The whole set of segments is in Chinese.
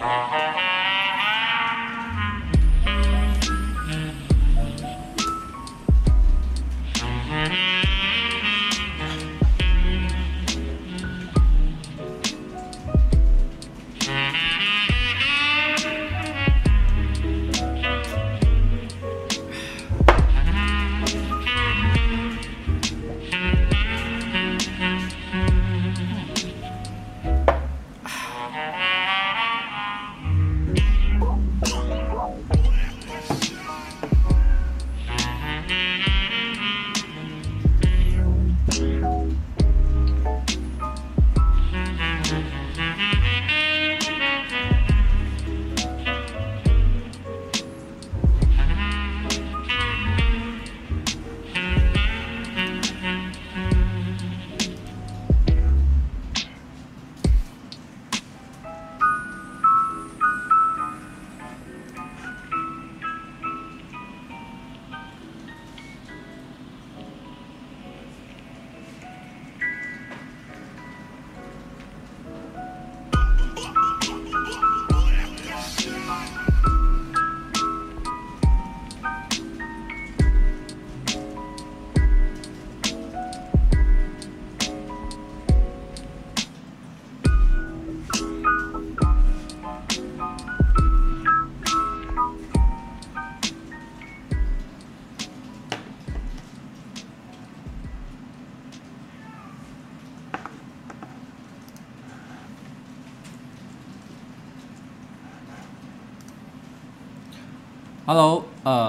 Hello，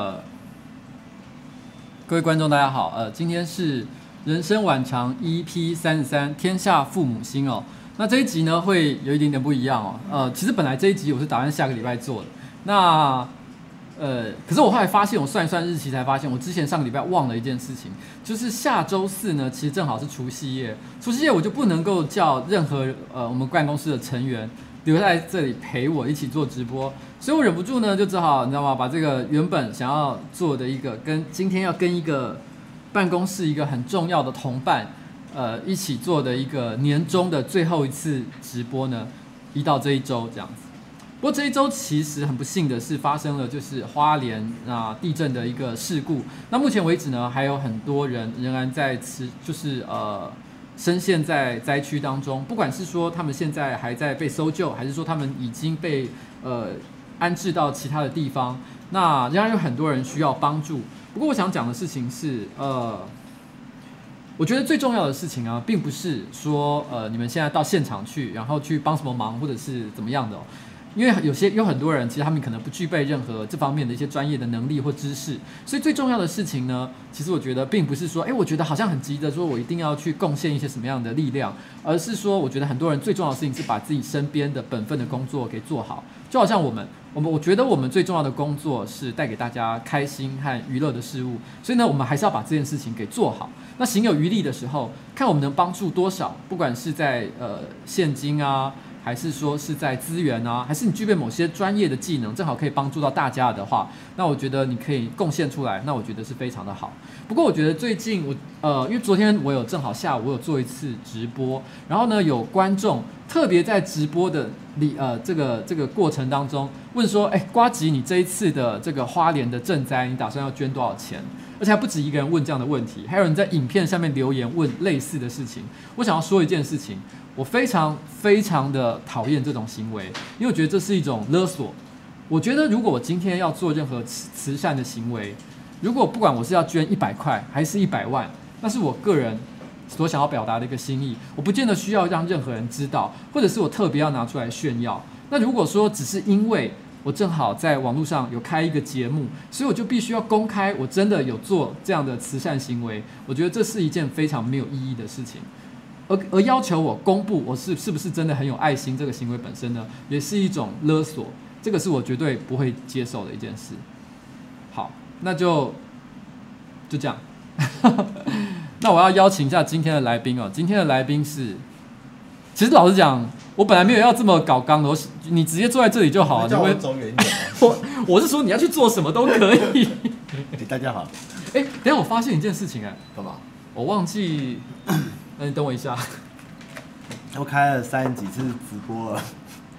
各位观众大家好，今天是人生晚长 EP33，天下父母心哦。那这一集呢会有一点点不一样哦，其实本来这一集我是打算下个礼拜做的，那可是我后来发现，我算一算日期才发现，我之前上个礼拜忘了一件事情，就是下周四呢，其实正好是除夕夜，除夕夜我就不能够叫任何我们办公室的成员留在这里陪我一起做直播，所以我忍不住呢，就只好你知道吗？把这个原本想要做的一个今天要跟一个办公室一个很重要的同伴，一起做的一个年终的最后一次直播呢，移到这一周这样子。不过这一周其实很不幸的是发生了就是花莲地震的一个事故。那目前为止呢，还有很多人仍然在深陷在灾区当中，不管是说他们现在还在被搜救，还是说他们已经被安置到其他的地方，那仍然有很多人需要帮助。不过我想讲的事情是，我觉得最重要的事情啊，并不是说你们现在到现场去，然后去帮什么忙，或者是怎么样的哦。因为有很多人，其实他们可能不具备任何这方面的一些专业的能力或知识，所以最重要的事情呢，其实我觉得并不是说，我觉得好像很急的说我一定要去贡献一些什么样的力量，而是说，我觉得很多人最重要的事情是把自己身边的本分的工作给做好。就好像我觉得我们最重要的工作是带给大家开心和娱乐的事物，所以呢，我们还是要把这件事情给做好。那行有余力的时候，看我们能帮助多少，不管是在现金啊，还是说是在资源啊，还是你具备某些专业的技能，正好可以帮助到大家的话，那我觉得你可以贡献出来，那我觉得是非常的好。不过我觉得最近因为昨天我正好下午我有做一次直播，然后呢有观众特别在直播的这个过程当中问说，呱吉你这一次的这个花莲的赈灾，你打算要捐多少钱？而且还不止一个人问这样的问题，还有人在影片下面留言问类似的事情。我想要说一件事情，我非常非常的讨厌这种行为，因为我觉得这是一种勒索。我觉得如果我今天要做任何慈善的行为，如果不管我是要捐100块还是100万，那是我个人所想要表达的一个心意，我不见得需要让任何人知道，或者是我特别要拿出来炫耀。那如果说只是因为我正好在网络上有开一个节目，所以我就必须要公开我真的有做这样的慈善行为，我觉得这是一件非常没有意义的事情。而要求我公布我是不是真的很有爱心，这个行为本身呢，也是一种勒索，这个是我绝对不会接受的一件事。好，那就这样。那我要邀请一下今天的来宾哦，今天的来宾是，其实老实讲，我本来没有要这么搞纲的，你直接坐在这里就好了。 叫我走远一点。 我是说你要去做什么都可以。 大家好。 等一下我发现一件事情干嘛？ 我忘记，那你等我一下。 我开了30几次直播了。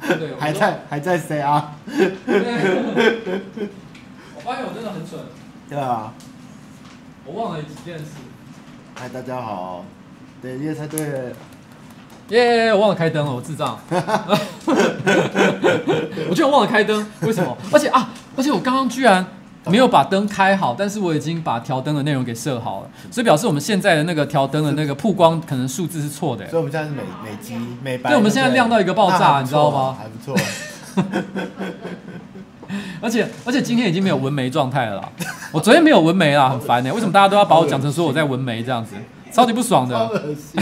对， 还在 say 啊？ 我发现我真的很蠢。 对啊。 我忘了几件事。 嗨，大家好。对，你也猜对了。 耶！我忘了开灯了，我智障。我居然忘了开灯，为什么？而且我刚刚居然没有把灯开好，但是我已经把调灯的内容给设好了，所以表示我们现在的那个调灯的那个曝光可能数字是错的。 所以我们现在是美白。 对，我们现在亮到一个爆炸，你知道吗？ 还不错。 而且今天已经没有纹眉状态了啦。我昨天没有纹眉啦，很烦为什么大家都要把我讲成说我在纹眉这样子？超级不爽的。 超恶心。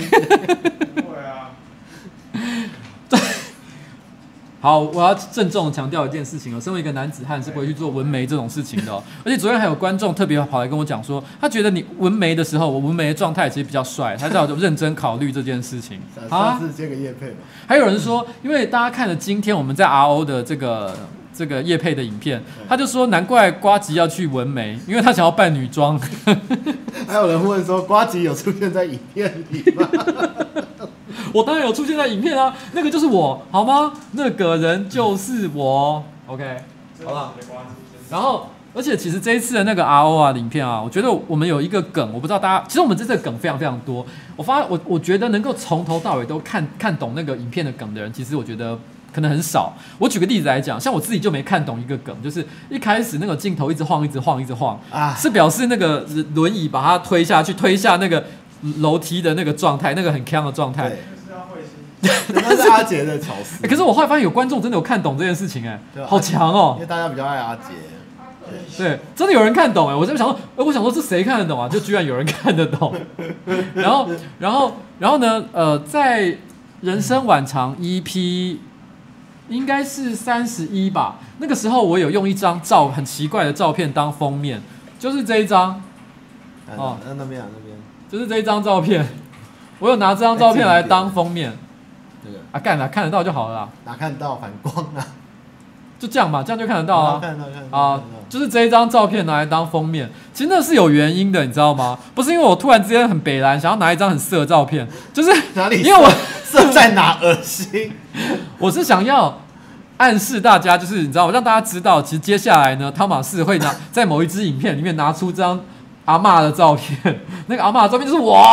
好，我要郑重强调一件事情哦，身为一个男子汉是不会去做纹眉这种事情的哦。而且昨天还有观众特别跑来跟我讲说，他觉得你纹眉的时候，我纹眉的状态其实比较帅，他叫我认真考虑这件事情。 上次接个业配嘛。 还有人说，因为大家看了今天我们在 RO 的这个业配的影片，他就说难怪呱吉要去纹眉，因为他想要扮女装。 还有人问说，呱吉有出现在影片里吗？ 我当然有出现在影片啊，那个就是我，好吗？那个人就是我。OK， 好了。然后，而且其实这一次的那个 RO 啊影片啊，我觉得我们有一个梗，我不知道大家，其实我们这次的梗非常非常多。我觉得能够从头到尾都看懂那个影片的梗的人，其实我觉得可能很少。我举个例子来讲，像我自己就没看懂一个梗，就是一开始那个镜头一直晃啊，是表示那个轮椅把它推下去，推下那个楼梯的那个状态，那个很鏘的状态。 那是阿杰的巧思。 可是我后来发现有观众真的有看懂这件事情，好强哦！ 因为大家比较爱阿杰。 对，真的有人看懂我在想说这谁看得懂啊？就居然有人看得懂。然后呢？在人生晚长 EP 应该是31吧。那个时候我有用一张很奇怪的照片当封面，就是这一张。 那边， 就是这一张照片。我有拿这张照片来当封面。干啦，看得到就好了啦。 哪看得到反光啊？ 就这样吧，这样就看得到啊。 看得到。 就是这一张照片拿来当封面，其实那是有原因的，你知道吗？不是因为我突然之间很北蓝，想要拿一张很色的照片，就是哪里？ 因为我色在哪？恶心。 我是想要暗示大家，就是你知道，让大家知道，其实接下来呢，汤马士会在某一支影片里面拿出这张阿嬷的照片，那个阿嬷的照片就是我。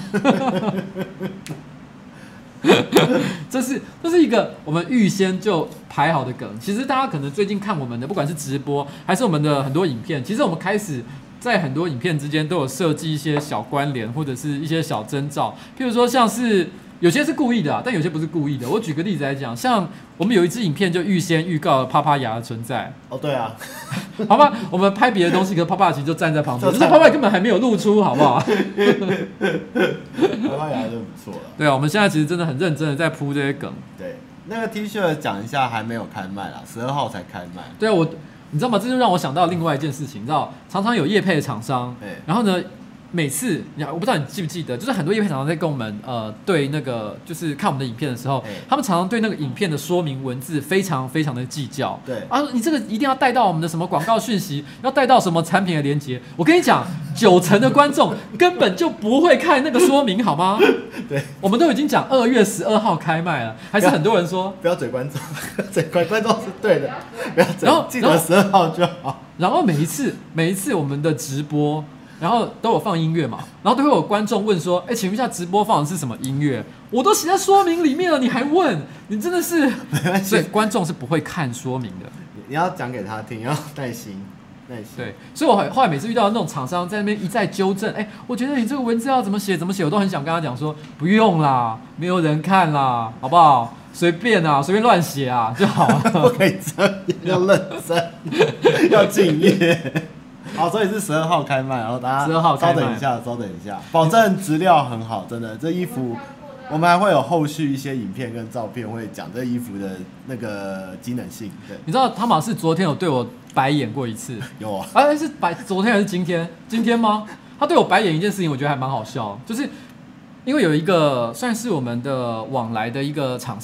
这是一个我们预先就排好的梗。其实大家可能最近看我们的，不管是直播还是我们的很多影片，其实我们开始在很多影片之间都有设计一些小关联或者是一些小征兆。譬如说像是有些是故意的但有些不是故意的。我举个例子来讲，像我们有一支影片就预先预告了啪啪牙的存在。 对啊。 好吧，我们拍别的东西，可啪啪其实就站在旁边，就是啪啪根本还没有露出，好不好？啪啪牙就不错了。 对啊，我们现在其实真的很认真的在铺这些梗。 对，那个 T 恤讲一下，还没有开卖啦，12号才开卖。 对啊，你知道吗？这就让我想到另外一件事情，你知道，常常有业配的厂商，然后呢，每次我不知道你记不记得，就是很多业配厂商在跟我们对那个就是看我们的影片的时候，他们常常对那个影片的说明文字非常非常的计较。 对啊，你这个一定要带到我们的什么广告讯息，要带到什么产品的连结。我跟你讲，90%的观众根本就不会看那个说明，好吗？ 对， 我们都已经讲2月12号开卖了，还是很多人说不要嘴观众，嘴观众是对的，不要嘴，记得12号就好。 然后每一次我们的直播。然后都有放音乐嘛，然后都会有观众问说：“请问一下，直播放的是什么音乐？我都写在说明里面了，你还问？你真的是……所以观众是不会看说明的。 你要讲给他听，要耐心。 对，所以我后来每次遇到那种厂商在那边一再纠正，我觉得你这个文字要怎么写，我都很想跟他讲说，不用啦，没有人看啦，好不好？随便乱写就好了。 不可以这样，要认真，要敬业。”好，所以是12号开卖，然后大家稍等一下，保证质量很好，真的。这衣服我们还会有后续一些影片跟照片会讲这衣服的那个机能性。对， 你知道汤马士昨天有对我白眼过一次？ 有啊， 是昨天还是今天？今天吗？他对我白眼一件事情，我觉得还蛮好笑，就是因为有一个算是我们的往来的一个厂商，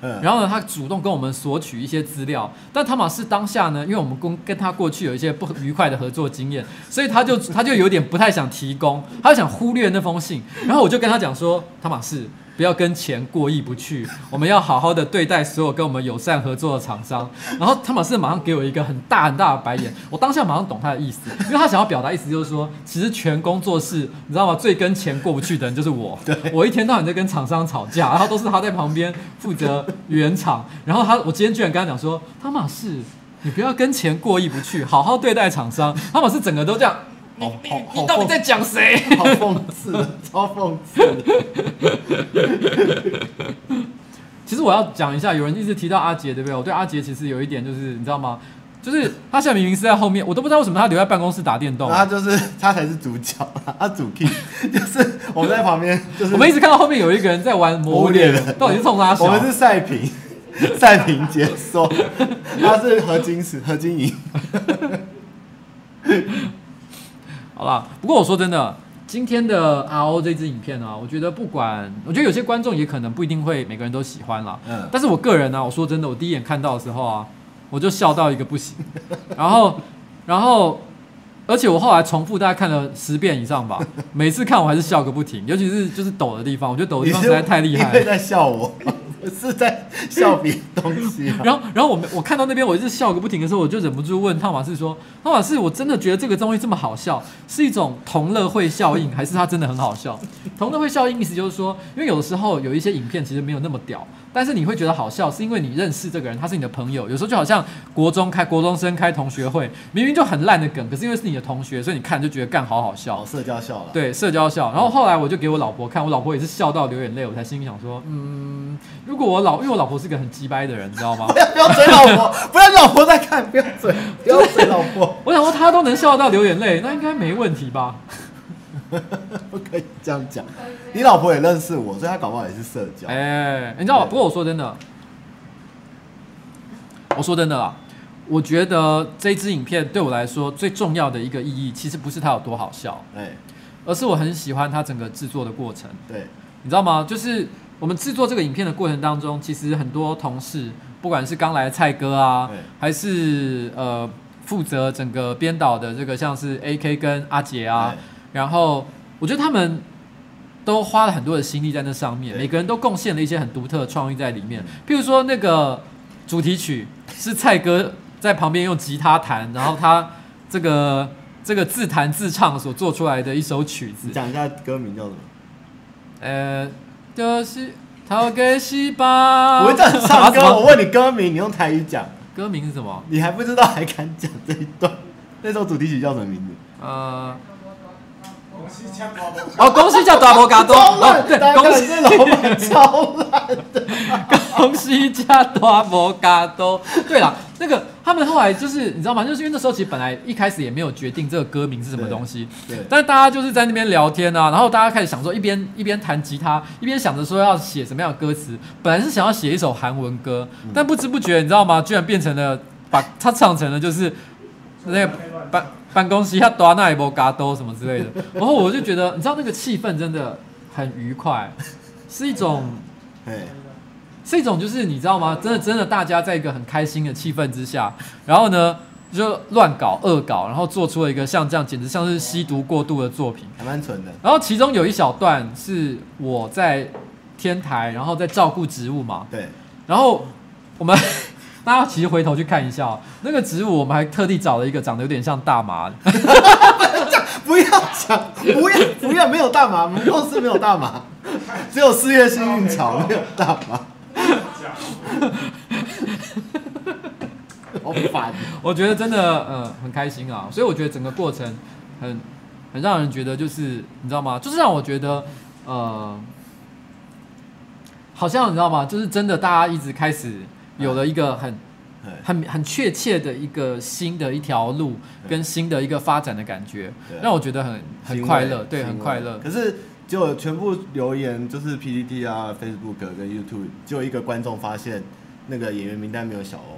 然后呢，他主动跟我们索取一些资料，但汤马士当下呢，因为我们跟他过去有一些不愉快的合作经验，所以他就有点不太想提供，他就想忽略那封信。然后我就跟他讲说，汤马士。不要跟钱过意不去，我们要好好的对待所有跟我们友善合作的厂商。然后汤马士马上给我一个很大的白眼，我当下马上懂他的意思，因为他想要表达意思就是说，其实全工作室你知道吗？最跟钱过不去的人就是我，我一天到晚在跟厂商吵架，然后都是他在旁边负责圆场。然后我今天居然跟他讲说，汤马士，你不要跟钱过意不去，好好对待厂商。汤马士整个都这样。你到底在讲谁？ 好讽刺，超讽刺。 其实我要讲一下，有人一直提到阿杰，对不对？我对阿杰其实有一点就是，你知道吗？就是他现在明明是在后面，我都不知道为什么他留在办公室打电动。 他才是主角，他主 key， 就是我们在旁边，就是我们一直看到后面有一个人在玩魔物猎人，到底是冲他笑？ 我们是赛评解说，他是何金莹。 好啦，不过我说真的，今天的 RO 这支影片啊，我觉得有些观众也可能不一定会每个人都喜欢啦。但是我个人呢，我说真的，我第一眼看到的时候啊，我就笑到一个不行。然后，而且我后来重复大概看了10遍以上吧，每次看我还是笑个不停，尤其是就是抖的地方，我觉得抖的地方实在太厉害了。 你在笑我。是在笑别的东西、啊， 然后我看到那边我一直笑个不停的时候，我就忍不住问汤马士说：“汤马士，我真的觉得这个东西这么好笑，是一种同乐会效应，还是它真的很好笑？”同乐会效应意思就是说，因为有的时候有一些影片其实没有那么屌，但是你会觉得好笑，是因为你认识这个人，他是你的朋友。有时候就好像国中生开同学会，明明就很烂的梗，可是因为是你的同学，所以你看就觉得干好好笑， 社交笑了。 对，社交笑。然后后来我就给我老婆看，我老婆也是笑到流眼泪，我才心里想说，因为我老婆是个很鸡掰的人，你知道吗？ 不要嘴老婆，不要老婆在看，不要嘴老婆。 我想说她都能笑到流眼泪，那应该没问题吧？ 不可以这样讲。你老婆也认识我，所以她搞不好也是社交。 你知道吗？不过我说真的啦，我觉得这支影片对我来说最重要的一个意义，其实不是它有多好笑，而是我很喜欢它整个制作的过程。 对， 你知道吗？就是我们制作这个影片的过程当中，其实很多同事，不管是刚来的蔡哥啊，还是负责整个编导的这个像是 AK 跟阿杰啊，然后我觉得他们都花了很多的心力在那上面，每个人都贡献了一些很独特的创意在里面。譬如说那个主题曲是蔡哥在旁边用吉他弹，然后他这个自弹自唱所做出来的一首曲子。 你讲一下歌名叫什么？ 就是陶给西巴。 我会这样唱歌，我问你歌名，你用台语讲。 歌名是什么？ 你还不知道，还敢讲这一段？那首主题曲叫什么名字？ 恭喜叫大波嘎多， 对，恭喜这老板超烂的， 恭喜叫大波嘎多。对啦，那个他们后来就是你知道吗？就是因为那时候其实本来一开始也没有决定这个歌名是什么东西，对，但是大家就是在那边聊天啊，然后大家开始想说一边弹吉他，一边想着说要写什么样的歌词。本来是想要写一首韩文歌，但不知不觉你知道吗？居然变成了把它唱成了就是那个办公室他多那一波嘎多什么之类的，然后我就觉得，你知道那个气氛真的很愉快，是一种就是你知道吗？真的大家在一个很开心的气氛之下，然后呢就乱搞恶搞，然后做出了一个像这样简直像是吸毒过度的作品， 还蛮蠢的。 然后其中有一小段是我在天台，然后在照顾植物嘛， 对， 然后我们。大家其实回头去看一下那个植物，我们还特地找了一个长得有点像大麻的。 不要讲，不要，没有大麻，我们公司没有大麻，只有4月幸运草，没有大麻。好烦！ 我觉得真的很开心啊，所以我觉得整个过程很让人觉得就是你知道吗？就是让我觉得好像你知道吗？就是真的大家一直开始。有了一个很确切的一个新的一条路，跟新的一个发展的感觉，让我觉得很快乐，对，很快乐。 可是就全部留言就是 PTT 啊、Facebook 跟 YouTube， 就有一个观众发现那个演员名单没有小欧。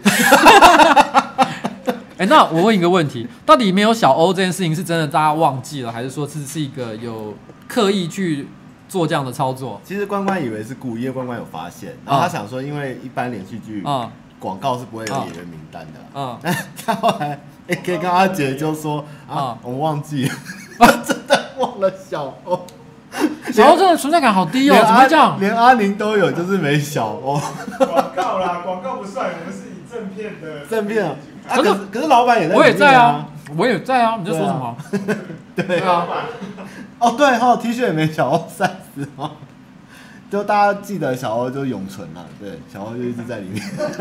那我问一个问题，到底没有小欧这件事情是真的大家忘记了，还是说是一个有刻意去做这样的操作？ 其实关关以为是故意，因为关关有发现，然后他想说，因为一般连续剧广告是不会有演员名单的，但他后来可以跟阿杰就说我们忘记了，真的忘了小欧。 小欧真的存在感好低哦，怎么会这样？ 连阿宁都有，就是没小欧。 广告啦，广告不算，我们是以正片的。 正片啊，可是老板也在， 我也在啊，我也在啊，你在说什么？ 对啊，对哈 ，T 恤也没小欧30哦。就大家记得小欧就永存了，对，小欧就一直在里面。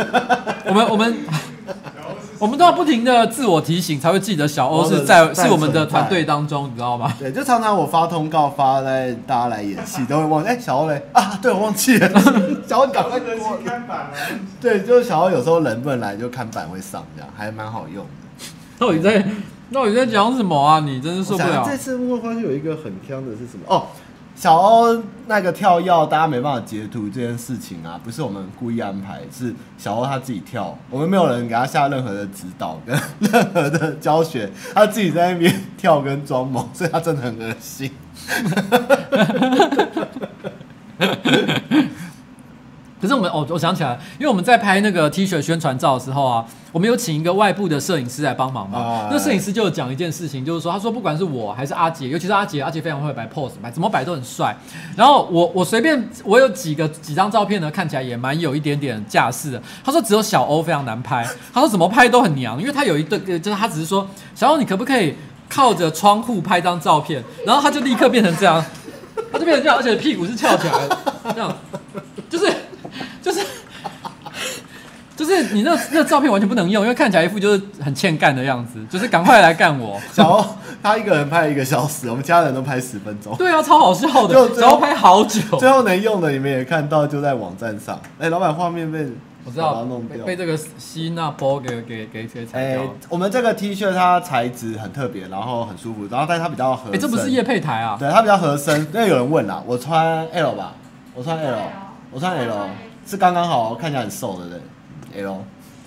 我们都要不停的自我提醒，才会记得小欧是我们的团队当中，你知道吗？ 对，就常常我发通告发在大家来演戏，都会忘记，小欧嘞对我忘记了，小欧赶快过。 看板啊。 对，就是小欧有时候人不能来，就看板会上，这样还蛮好用的。 到底在讲什么啊？你真是受不了。 这次幕后花絮有一个很香的是什么？小欧那个跳药，大家没办法截图这件事情啊，不是我们故意安排，是小欧他自己跳，我们没有人给他下任何的指导跟任何的教学，他自己在那边跳跟装萌，所以他真的很恶心。 可是我想起来，因为我们在拍那个 T 恤宣传照的时候啊，我们有请一个外部的摄影师来帮忙嘛。那摄影师就有讲一件事情，就是说，他说不管是我还是阿杰，尤其是阿杰非常会摆 pose， 怎么摆都很帅。然后我随便我有几张照片呢，看起来也蛮有一点点架势的。他说只有小欧非常难拍，他说怎么拍都很娘，因为他有一对，就是他只是说小欧你可不可以靠着窗户拍张照片，然后他就立刻变成这样，他就变成这样，而且屁股是翘起来的，这样就是你那照片完全不能用，因为看起来一副就是很欠干的样子，就是赶快来干我。 小欧他一个人拍1个小时，我们家人都拍10分钟。 对啊，超好笑的，小欧拍好久。 最后能用的你们也看到，就在网站上。老板画面被我知道被这个希娜波给踩掉。 我们这个 T 恤它材质很特别，然后很舒服，然后但是它比较合身。 这不是业配台啊？ 对，它比较合身。因为有人问啦，我穿 L 吧，我穿 L 是刚刚好，看起来很瘦的人。L，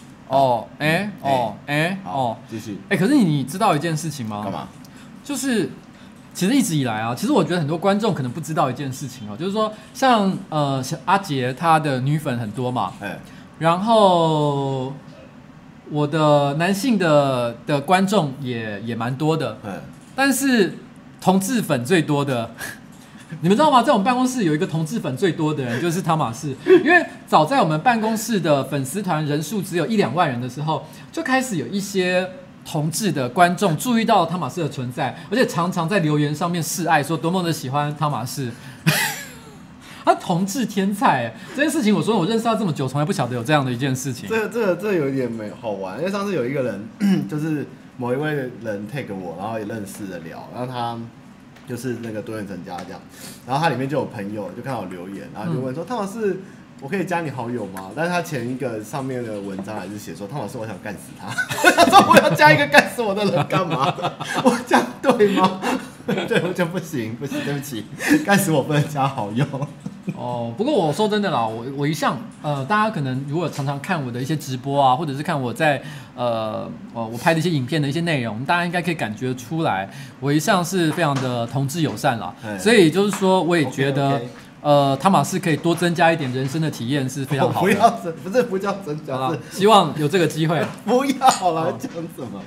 继续。 可是你知道一件事情吗？ 干嘛？ 就是其实一直以来啊，其实我觉得很多观众可能不知道一件事情就是说像阿杰他的女粉很多嘛，然后我的男性的观众也蛮多的，但是同志粉最多的。你们知道吗？在我们办公室有一个同志粉最多的人就是汤马士，因为早在我们办公室的粉丝团人数只有1-2万人的时候，就开始有一些同志的观众注意到汤马士的存在，而且常常在留言上面示爱，说多么的喜欢汤马士。他同志天才，这件事情我说我认识他这么久，从来不晓得有这样的一件事情。 这有一点好玩，因为上次有一个人就是某一位人 take 我，然后也认识的聊，然后他就是那个多元成家这样，然后他里面就有朋友就看到我留言，然后就问说汤马士，我可以加你好友吗？但是他前一个上面的文章还是写说汤马士，我想干死他。他说我要加一个干死我的人干嘛？我这样对吗？对，我就不行，对不起，干死我不能加好友。 不过我说真的啦，我一向大家可能如果常常看我的一些直播啊，或者是看我在我拍的一些影片的一些内容，大家应该可以感觉出来，我一向是非常的同志友善啦。所以就是说，我也觉得汤马士可以多增加一点人生的体验是非常好的。 不叫增加， 希望有这个机会。 不要啦，讲什么？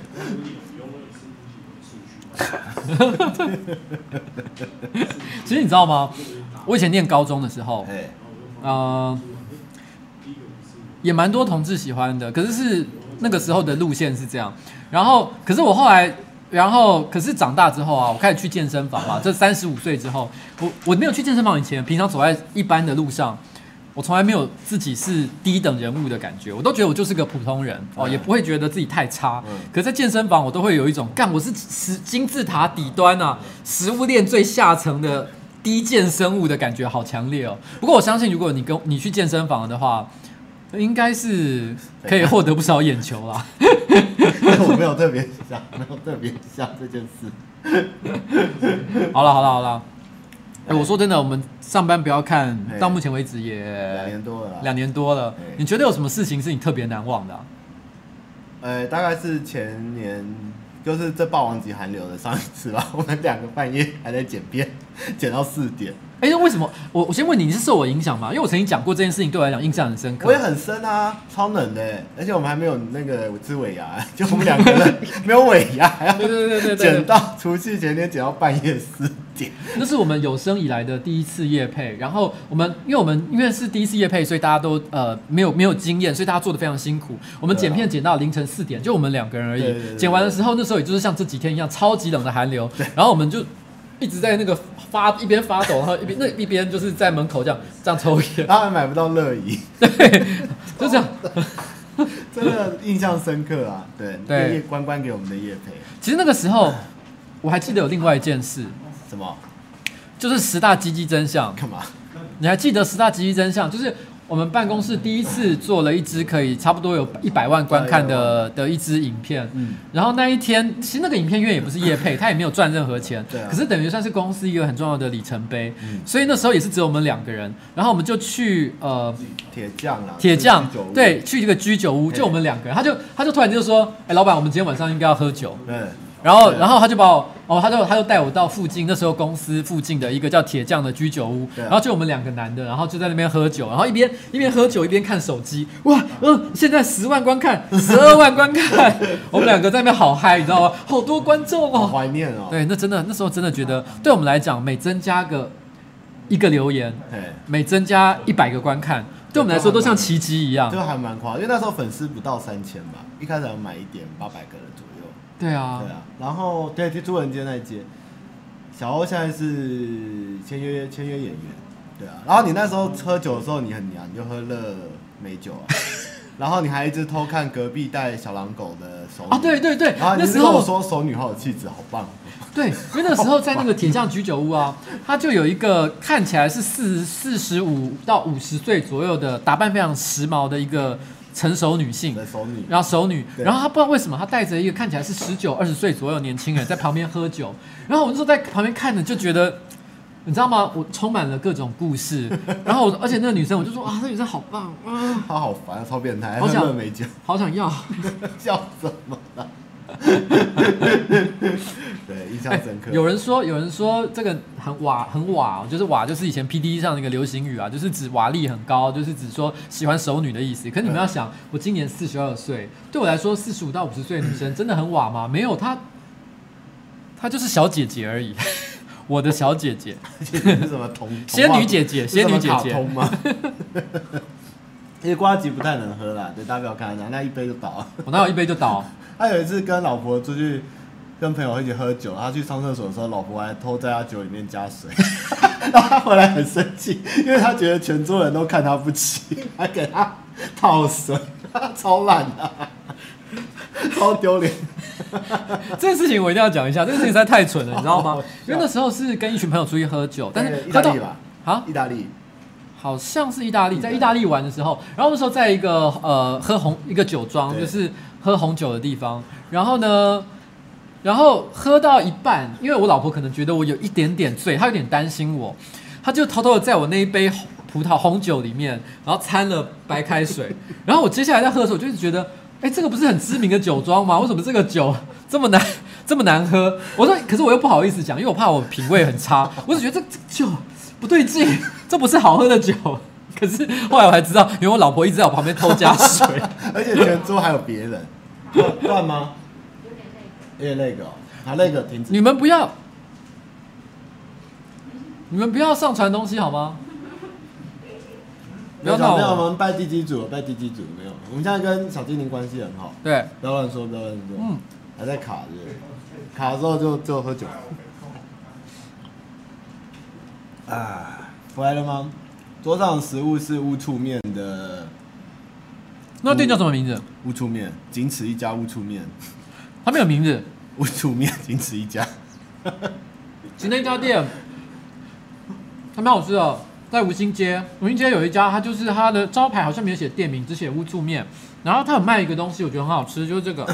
其实你知道吗？我以前念高中的时候，也蛮多同志喜欢的，可是那个时候的路线是这样。然后，可是我后来，可是长大之后啊，我开始去健身房嘛。这35岁之后，我没有去健身房以前，平常走在一般的路上，我从来没有自己是低等人物的感觉，我都觉得我就是个普通人也不会觉得自己太差。可是在健身房，我都会有一种我是金字塔底端啊，食物链最下层的低贱生物的感觉，好强烈哦。不过我相信，如果你去健身房的话，应该是可以获得不少眼球啦。 我没有特别想这件事。 好了。我说真的，我们上班不要看，到目前为止也2年多了。你觉得有什么事情是你特别难忘的大概是前年，就是这霸王级寒流的上一次吧。我们2个半夜还在剪片，剪到4点。 哎，为什么？我先问你，你是受我影响吗？因为我曾经讲过这件事情，对我来讲印象很深刻。 我也很深啊，超冷的，而且我们还没有那个吃尾牙，就我们2个人没有尾牙，对，剪到除夕前天剪到半夜4点。 那是我们有生以来的第一次业配，然后因为是第一次业配，所以大家都没有经验，所以大家做的非常辛苦。我们剪片剪到凌晨4点，就我们2个人而已。对，剪完的时候，那时候也就是像这几天一样，超级冷的寒流，然后我们就一直在那个一边发抖，然后一边就是在门口这样抽烟， 然后还买不到乐仪， 对，就这样， 真的印象深刻啊！对，关给我们的业配。 其实那个时候我还记得有另外一件事， 什么？ 就是10大鸡鸡真相。 干嘛？ 你还记得10大鸡鸡真相？就是我们办公室第一次做了一支可以差不多有100万观看的一支影片，然后那一天其实那个影片因为也不是业配，他也没有赚任何钱，可是等于算是公司一个很重要的里程碑，所以那时候也是只有我们2个人，然后我们就去铁匠对，去一个居酒屋，就我们2个人，他就突然就说，哎，老板，我们今天晚上应该要喝酒，然后他就把我他就带我到附近那时候公司附近的一个叫铁匠的居酒屋，然后就我们2个男的，然后就在那边喝酒，然后一边喝酒一边看手机，哇，现在10万观看，12万观看，我们2个在那边好嗨，你知道吗？好多观众哦， 好怀念哦。 对，那时候真的觉得，对我们来讲，每增加一个留言，每增加100个观看，对我们来说都像奇迹一样， 就还蛮夸张，因为那时候粉丝不到3000吧，一开始要买1点800个人左右。 对啊， 然后对，朱文街那一届，小欧现在是签约演员，对啊。然后你那时候喝酒的时候你很娘，你就喝了美酒啊，然后你还一直偷看隔壁带小狼狗的熟女啊，对， 然后你跟我说熟女好有气质，好棒。 对，因为那时候在那个铁匠居酒屋啊，他就有一个看起来是45到50岁左右的，打扮非常时髦的一个成熟女性，然后熟女，然后她不知道为什么，她带着一个看起来是19、20岁左右的年轻人在旁边喝酒，然后我那时候在旁边看着就觉得，你知道吗？我充满了各种故事，然后而且那个女生我就说啊，那女生好棒啊， 她好烦，超变态， 好想要， 笑什么啦？对，印象深刻。 有人说这个很瓦，就是瓦就是以前 PTT 上的一个流行语啊，就是指瓦力很高，就是指说喜欢熟女的意思。可是你们要想，我今年42岁，对我来说45到50岁的女生真的很瓦吗？没有，她就是小姐姐而已。我的小姐姐是什么仙女姐姐吗？因为呱吉不太能喝啦，对，大家不要看，那1杯就倒了。 我哪有1杯就倒？ 他有一次跟老婆出去跟朋友一起喝酒，他去上厕所的时候，老婆还偷在他酒里面加水，然后他回来很生气，因为他觉得全桌人都看他不起，还给他倒水，超烂的，超丢脸。 这件事情我一定要讲一下，这件事情实在太蠢了，你知道吗？因为那时候是跟一群朋友出去喝酒，但是意大利吧？啊，意大利。 好像是意大利，在意大利玩的时候，然后那时候在一个一个酒庄，就是喝红酒的地方，然后喝到一半，因为我老婆可能觉得我有一点点醉，她有点担心我，她就偷偷的在我那一杯葡萄红酒里面，然后掺了白开水，然后我接下来在喝的时候，我就觉得，哎，这个不是很知名的酒庄吗？为什么这个酒这么难喝？我说，可是我又不好意思讲，因为我怕我品味很差，我只觉得这酒不对劲，这不是好喝的酒。可是后来我才知道，因为我老婆一直在我旁边偷加水， 而且全桌还有别人。断吗？有点那个，好，那个停止。 你们不要上传东西好吗？ 不要闹我。没有，我们拜第几组没有。我们现在跟小精灵关系很好。 对， 不要乱说。还在卡着，卡的时候就喝酒。啊，回来了吗？桌上的食物是乌醋面的。 那店叫什么名字？ 乌醋面，仅此一家乌醋面。 它没有名字。 乌醋面，仅此一家。 其实那家店还蛮好吃的，在吴兴街。吴兴街有一家，它的招牌好像没有写店名，只写乌醋面。然后它有卖一个东西，我觉得很好吃，就是这个。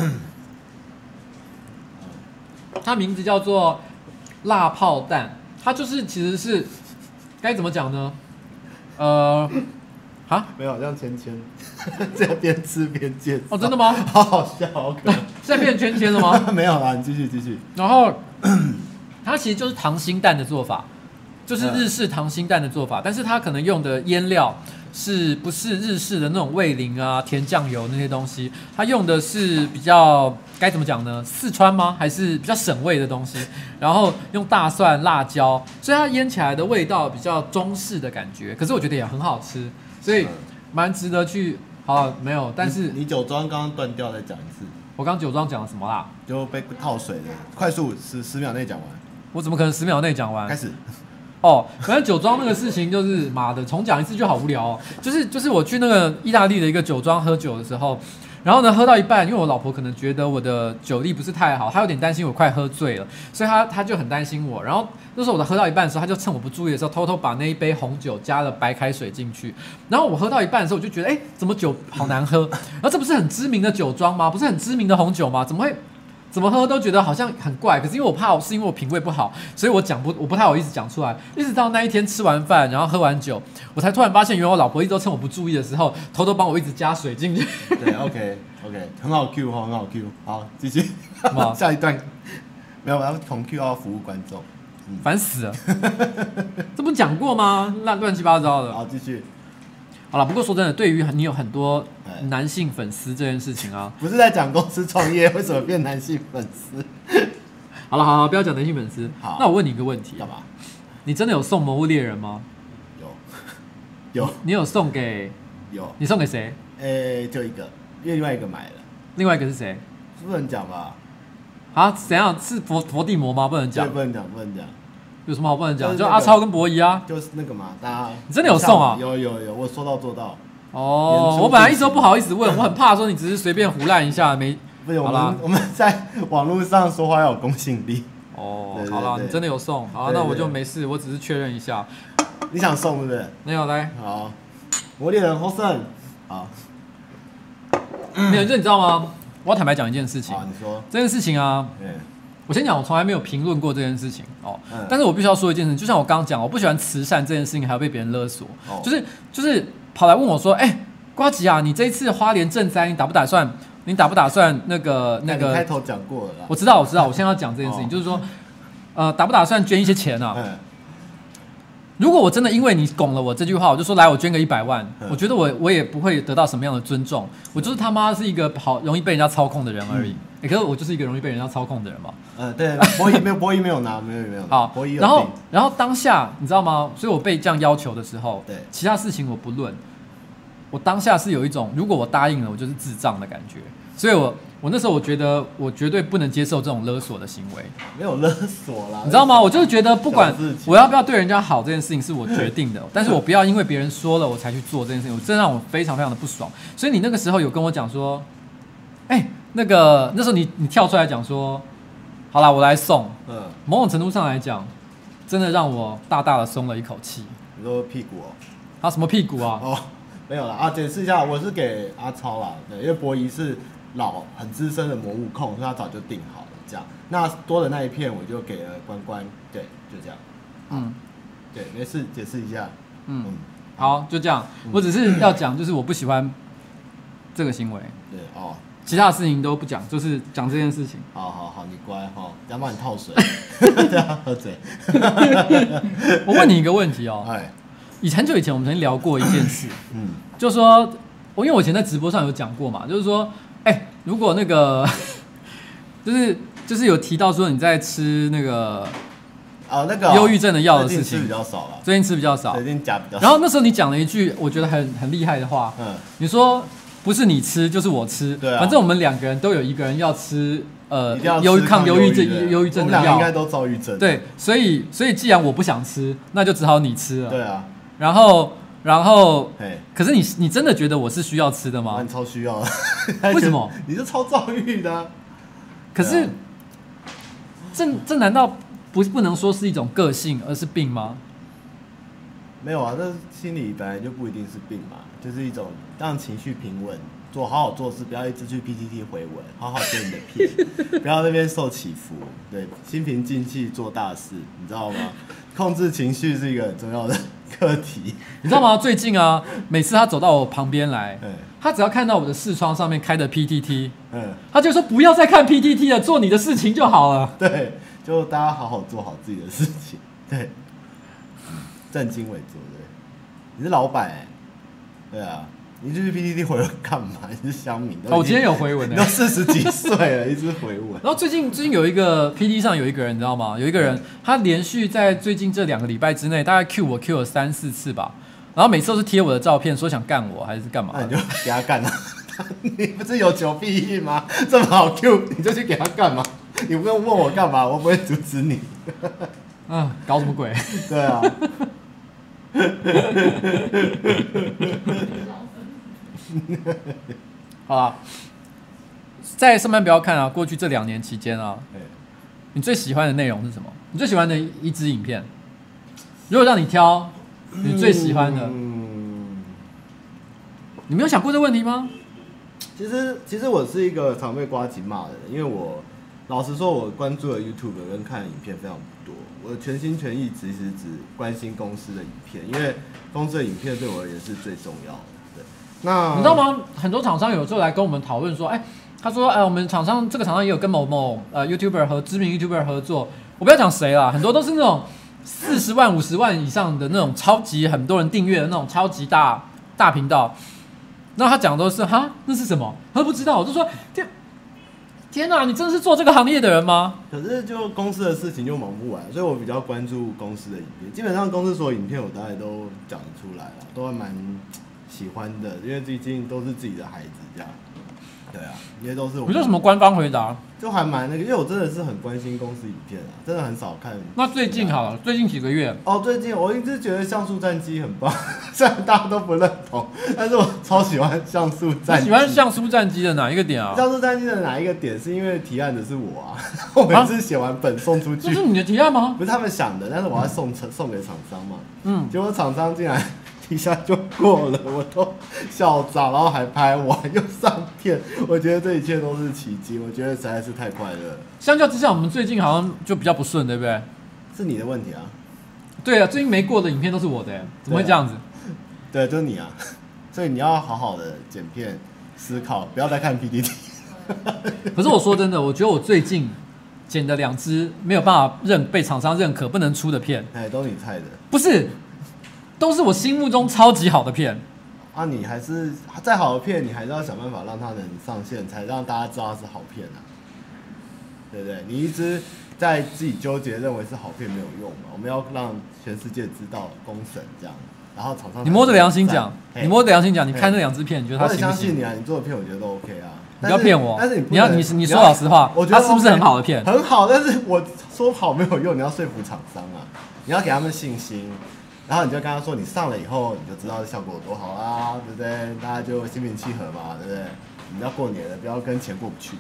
它名字叫做辣泡蛋，它其实是该怎么讲呢？ 没有，像芊，在边吃边介绍。 哦，真的吗？ 好好笑，好可爱。 现在变成芊了吗？ 没有啦，你继续。 然后它其实就是溏心蛋的做法， 就是日式溏心蛋的做法，但是它可能用的腌料不是日式的那种味淋啊、甜酱油那些东西，它用的是比较该怎么讲呢？四川吗？还是比较省味的东西？然后用大蒜、辣椒，所以它腌起来的味道比较中式的感觉。可是我觉得也很好吃，所以蛮值得去。好，没有，但是你酒庄刚刚断掉，再讲一次。 我刚酒庄讲了什么啦？ 就被套水的，快速10秒内讲完。 我怎么可能10秒内讲完？ 开始。 反正酒庄那个事情就是妈的，重讲一次就好无聊哦。就是我去那个意大利的一个酒庄喝酒的时候，然后呢喝到一半，因为我老婆可能觉得我的酒力不是太好，她有点担心我快喝醉了，所以她就很担心我。然后那时候我喝到一半的时候，她就趁我不注意的时候，偷偷把那一杯红酒加了白开水进去。然后我喝到一半的时候，我就觉得，怎么酒好难喝？然后这不是很知名的酒庄吗？不是很知名的红酒吗？怎么喝都觉得好像很怪，可是因为我怕是因为我品味不好，所以我不太好意思讲出来。一直到那一天吃完饭，然后喝完酒，我才突然发现，原来我老婆一直都趁我不注意的时候，偷偷帮我一直加水进去。 对 ，OK， 很好 Q 哈，很好 Q。好，继续。下一段没有，我要从 Q 到服务观众。 烦死了，这不讲过吗？乱七八糟的。 好，继续。 好了，不过说真的，对于你有很多男性粉丝这件事情啊， 不是在讲公司创业，为什么变男性粉丝？ 好，不要讲男性粉丝。 好， 那我问你一个问题， 干嘛？ 你真的有送《魔物猎人》吗？ 有。 你有送给？ 有。 你送给谁？ 就一个，因为另外一个买了。 另外一个是谁？ 不能讲吧？ 啊，怎样？是佛地魔吗？不能讲。 不能讲。 有什么好不能讲？就阿超跟博仪啊。 就是那个嘛，大家。 你真的有送啊？ 有，我说到做到。 我本来一直都不好意思问，我很怕说你只是随便胡乱一下， 不是，我们在网络上说话要有公信力。 好了，你真的有送，好，那我就没事，我只是确认一下。 你想送对不对？ 没有，来。 好，魔猎人获胜。好。 没有，就你知道吗？我要坦白讲一件事情。 好，你说。 这件事情啊。我先讲，我从来没有评论过这件事情但是我必须要说一件事情，就像我刚刚讲，我不喜欢慈善这件事情，还要被别人勒索，就是跑来问我说，呱吉啊，你这一次花莲赈灾，你打不打算那个？你开头讲过了啦。 我知道，我现在要讲这件事情，就是说，打不打算捐一些钱啊？如果我真的因为你拱了我这句话，我就说来，我捐个100万，我觉得我也不会得到什么样的尊重，我就是他妈是一个容易被人家操控的人而已。可是我就是一个容易被人家操控的人嘛。 对，博弈没有拿，没有。 好，然后当下你知道吗？所以我被这样要求的时候，对，其他事情我不论，我当下是有一种，如果我答应了，我就是智障的感觉。所以我那时候我觉得我绝对不能接受这种勒索的行为。 没有勒索啦， 你知道吗？我就是觉得不管我要不要对人家好这件事情是我决定的，但是我不要因为别人说了我才去做这件事情，这让我非常非常的不爽。所以你那个时候有跟我讲说，那时候你跳出来讲说，好啦，我来送。某种程度上来讲，真的让我大大的松了一口气。 你说屁股哦？ 他什么屁股啊？ 没有啦解释一下，我是给阿超啦，对，因为博仪是很资深的魔物控，所以他早就定好了这样。那多的那一片我就给了关，对，就这样。对，没事，解释一下。 好，就这样。我只是要讲，就是我不喜欢这个行为。 对其他的事情都不讲，就是讲这件事情。 好，你乖哈，等下帮你套水，这样喝嘴。 我问你一个问题很久以前我们曾经聊过一件事，就是说，因为我以前在直播上有讲过嘛，就是说，如果那个，就是有提到说你在吃那个忧郁症的药的事情， 最近吃比较少了， 最近吃比较少， 最近加比较少。 然后那时候你讲了一句我觉得很厉害的话，你说不是你吃就是我吃，反正我们2个人都有一个人要吃抗忧郁症的药， 我们2个应该都躁郁症。 对，所以既然我不想吃，那就只好你吃了。 对啊。 然后，可是你真的觉得我是需要吃的吗？ 你超需要的。 为什么？ 你是超躁郁的。 可是，这难道不能说是一种个性，而是病吗？ 没有啊，这心理本来就不一定是病嘛，就是一种让情绪平稳，好好做事，不要一直去 PTT 回文，好好接你的片，不要那边受起伏，对，心平静气做大事，你知道吗？控制情绪是一个很重要的课题， 你知道吗？最近啊，每次他走到我旁边来，他只要看到我的视窗上面开的 PTT，他就说不要再看 PTT 了，做你的事情就好了。 对，就大家好好做好自己的事情。对， 正襟危坐的，你是老板对啊。你去 PTT 回文干嘛？你是乡民？ 我今天有回文你都40几岁了，一直回文。 然后最近有一个 PT 上有一个人，你知道吗？有一个人，他连续在最近这2个礼拜之内，大概 Q 了3、4次吧。然后每次都是贴我的照片，说想干我还是干嘛？ 那你就给他干啊！你不是有求必应吗？这么好 Q， 你就去给他干嘛？你不用问我干嘛，我不会阻止你。 搞什么鬼？ 对啊。 好啦，在上班不要看啊。过去这2年期间啊，你最喜欢的内容是什么？你最喜欢的一支影片，如果让你挑，你最喜欢的，你没有想过这个问题吗？ 其实我是一个常被呱吉骂的人，因为我老实说，我关注的 YouTube 跟看的影片非常不多。我全心全意其实只关心公司的影片，因为公司的影片对我而言是最重要的。对，那你知道吗？很多厂商有时候来跟我们讨论说，他说，我们这个厂商也有跟某某YouTuber 知名 YouTuber 合作，我不要讲谁啦，很多都是那种40万、50万以上的那种超级很多人订阅的那种超级大频道。那他讲的都是那是什么？他都不知道。我就说天哪，你真的是做这个行业的人吗？ 可是就公司的事情就忙不完，所以我比较关注公司的影片。基本上公司所有影片我大概都讲得出来了，都还蛮喜欢的，因为毕竟都是自己的孩子这样。对啊，因为都是我。 你说什么官方回答？ 就还蛮那个，因为我真的是很关心公司影片啊，真的很少看。 那最近好了，最近几个月？ 最近我一直觉得像素战机很棒，虽然大家都不认同，但是我超喜欢像素战机。 你喜欢像素战机的哪一个点啊？ 像素战机的哪一个点？是因为提案的是我啊，我每次写完本送出去。 这是你的提案吗？ 不是他们想的，但是我要送给厂商嘛。结果厂商竟然一下就过了，我都笑炸，然后还拍完又上片，我觉得这一切都是奇迹，我觉得实在是太快乐了。 相较之下，我们最近好像就比较不顺，对不对？ 是你的问题啊。 对啊，最近没过的影片都是我的，怎么会这样子？ 对，就是你啊，所以你要好好的剪片思考，不要再看 PPT。 可是我说真的，我觉得我最近剪的2支没有办法被厂商认可不能出的片， 都是你菜的， 不是，都是我心目中超级好的片。 你还是再好的片，你还是要想办法让它能上线，才让大家知道它是好片啊，对不对？你一直在自己纠结认为是好片没有用嘛，我们要让全世界知道公审这样，然后厂商你摸着良心讲，你看这2支片，你觉得他行不行？ 我很相信你啊，你做的片我觉得都 OK 啊。 你不要骗我， 但是你说老实话， 我觉得它是不是很好的片？ 很好，但是我说好没有用，你要说服厂商啊，你要给他们信心，然后你就跟他说，你上了以后你就知道效果有多好啦，对不对？大家就心平气和嘛，对不对？你要过年了，不要跟钱过不去。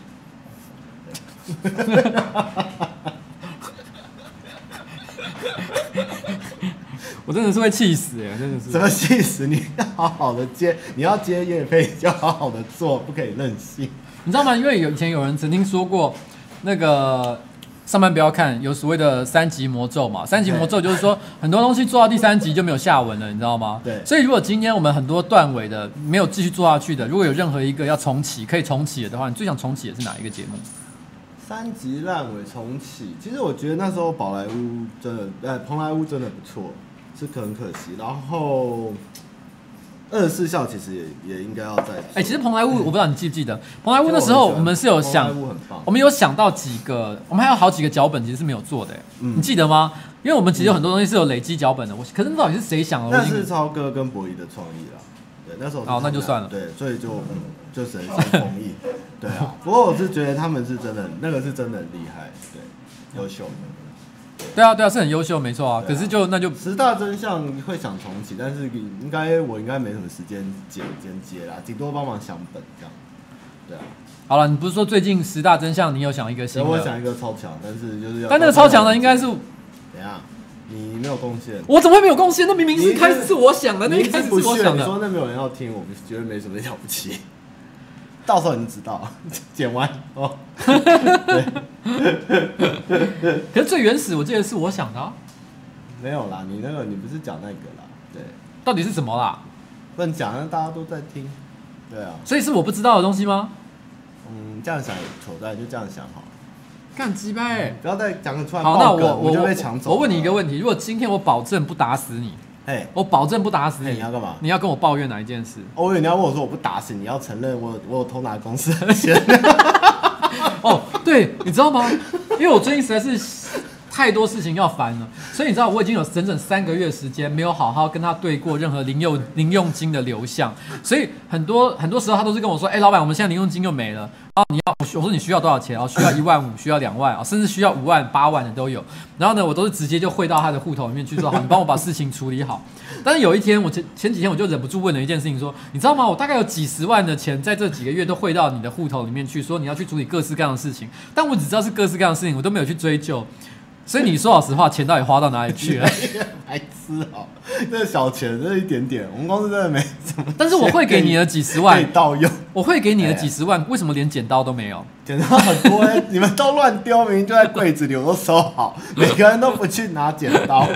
我真的是会气死耶，真的是。 什么气死？你要好好的接，你要接业配就要好好的做，不可以任性。 你知道吗？因为以前有人曾经说过，那个上班不要看，有所谓的3级魔咒嘛。3级魔咒就是说，很多东西做到第3集就没有下文了，你知道吗？ 对。 所以如果今天我们很多断尾的没有继续做下去的，如果有任何一个要重启可以重启的话，你最想重启的是哪一个节目 ？3级烂尾重启，其实我觉得那时候宝莱坞真的，蓬莱坞真的不错，是很可惜。然后24孝其实也应该要再。 其实蓬莱坞我不知道你记不记得，蓬莱坞那时候我们是有想，我们有想到几个，我们还有好几个脚本其实是没有做的，你记得吗？因为我们其实有很多东西是有累积脚本的，可是到底是谁想的？ 那是超哥跟博弈的创意啦。对，那时候那就算了。 对，所以就只能先同意。对啊，不过我是觉得他们是真的，那个是真的很厉害，对，优秀。 对啊，是很优秀，没错啊。可是那就 10大真相会想重启，但是我应该没什么时间接啦，顶多帮忙想本这样。对啊。 好了，你不是说最近10大真相你有想一个新的？ 我想一个超强，但是就是要。 但那个超强的应该是。 怎样？你没有贡献。 我怎么会没有贡献？那明明是开始是我想的，那一开始是我想的。 你说那没有人要听，我们觉得没什么了不起。到时候你就知道，剪完哦。对。 可是最原始，我记得是我想的啊。 没有啦，你不是讲那个啦，对。 到底是什么啦？ 不能讲，让大家都在听。对啊。 所以是我不知道的东西吗？ 这样想也不错，但就这样想好了。 干鸡掰！ 不要再讲出来。 好，那我就被抢走。 我问你一个问题：如果今天我保证不打死你， 我保证不打死你。 你要干嘛？ 你要跟我抱怨哪一件事？ 我以为你要问我说我不打死你，要承认我有偷拿公司的钱。 哦，对，你知道吗？因为我最近实在是太多事情要烦了，所以你知道我已经有整整3个月时间没有好好跟他对过任何零用金的流向，所以很多时候他都是跟我说，老板，我们现在零用金又没了，然后我说你需要多少钱？需要1万5，需要2万，甚至需要5万、8万的都有。然后呢，我都是直接就汇到他的户头里面去说，好，你帮我把事情处理好。但是有一天，前几天我就忍不住问了一件事情，说，你知道吗？我大概有几十万的钱在这几个月都汇到你的户头里面去，说你要去处理各式各样的事情，但我只知道是各式各样的事情，我都没有去追究。所以你说老实话，钱到底花到哪里去了？ 白痴哦，这小钱，这一点点，我们公司真的没什么。 但是我会给你的几十万可以盗用， 我会给你的几十万，为什么连剪刀都没有？ 剪刀很多你们都乱丢，明明就在柜子里，我都收好，每个人都不去拿剪刀，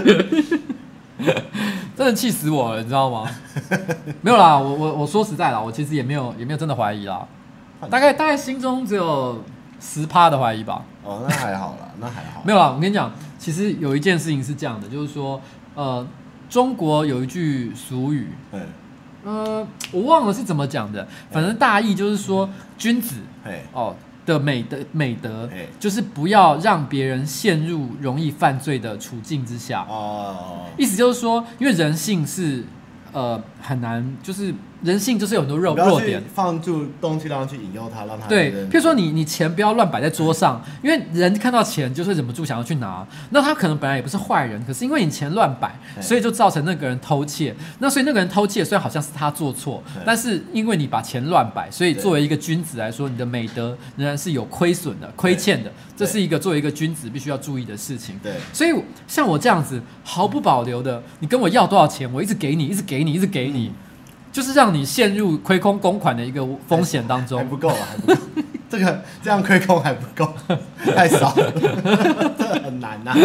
真的气死我了，你知道吗？没有啦，我说实在啦，我其实也没有真的怀疑啦，大概心中只有10%的怀疑吧。 哦，那还好啦，那还好。 没有啦，我跟你讲，其实有一件事情是这样的，就是说，中国有一句俗语，我忘了是怎么讲的，反正大意就是说，君子的美德，就是不要让别人陷入容易犯罪的处境之下。意思就是说，因为人性是很难，就是人性就是有很多弱点， 放住东西让他去引诱他，让他对。譬如说你钱不要乱摆在桌上，因为人看到钱就是忍不住想要去拿。那他可能本来也不是坏人，可是因为你钱乱摆，所以就造成那个人偷窃。那所以那个人偷窃虽然好像是他做错，但是因为你把钱乱摆，所以作为一个君子来说，你的美德仍然是有亏损的、亏欠的。这是一个作为一个君子必须要注意的事情。 对， 所以像我这样子毫不保留的，你跟我要多少钱，我一直给你，一直给你，一直给你。就是让你陷入亏空公款的一个风险当中， 还不够啊，还不够。这样亏空还不够，太少了，这很难呐。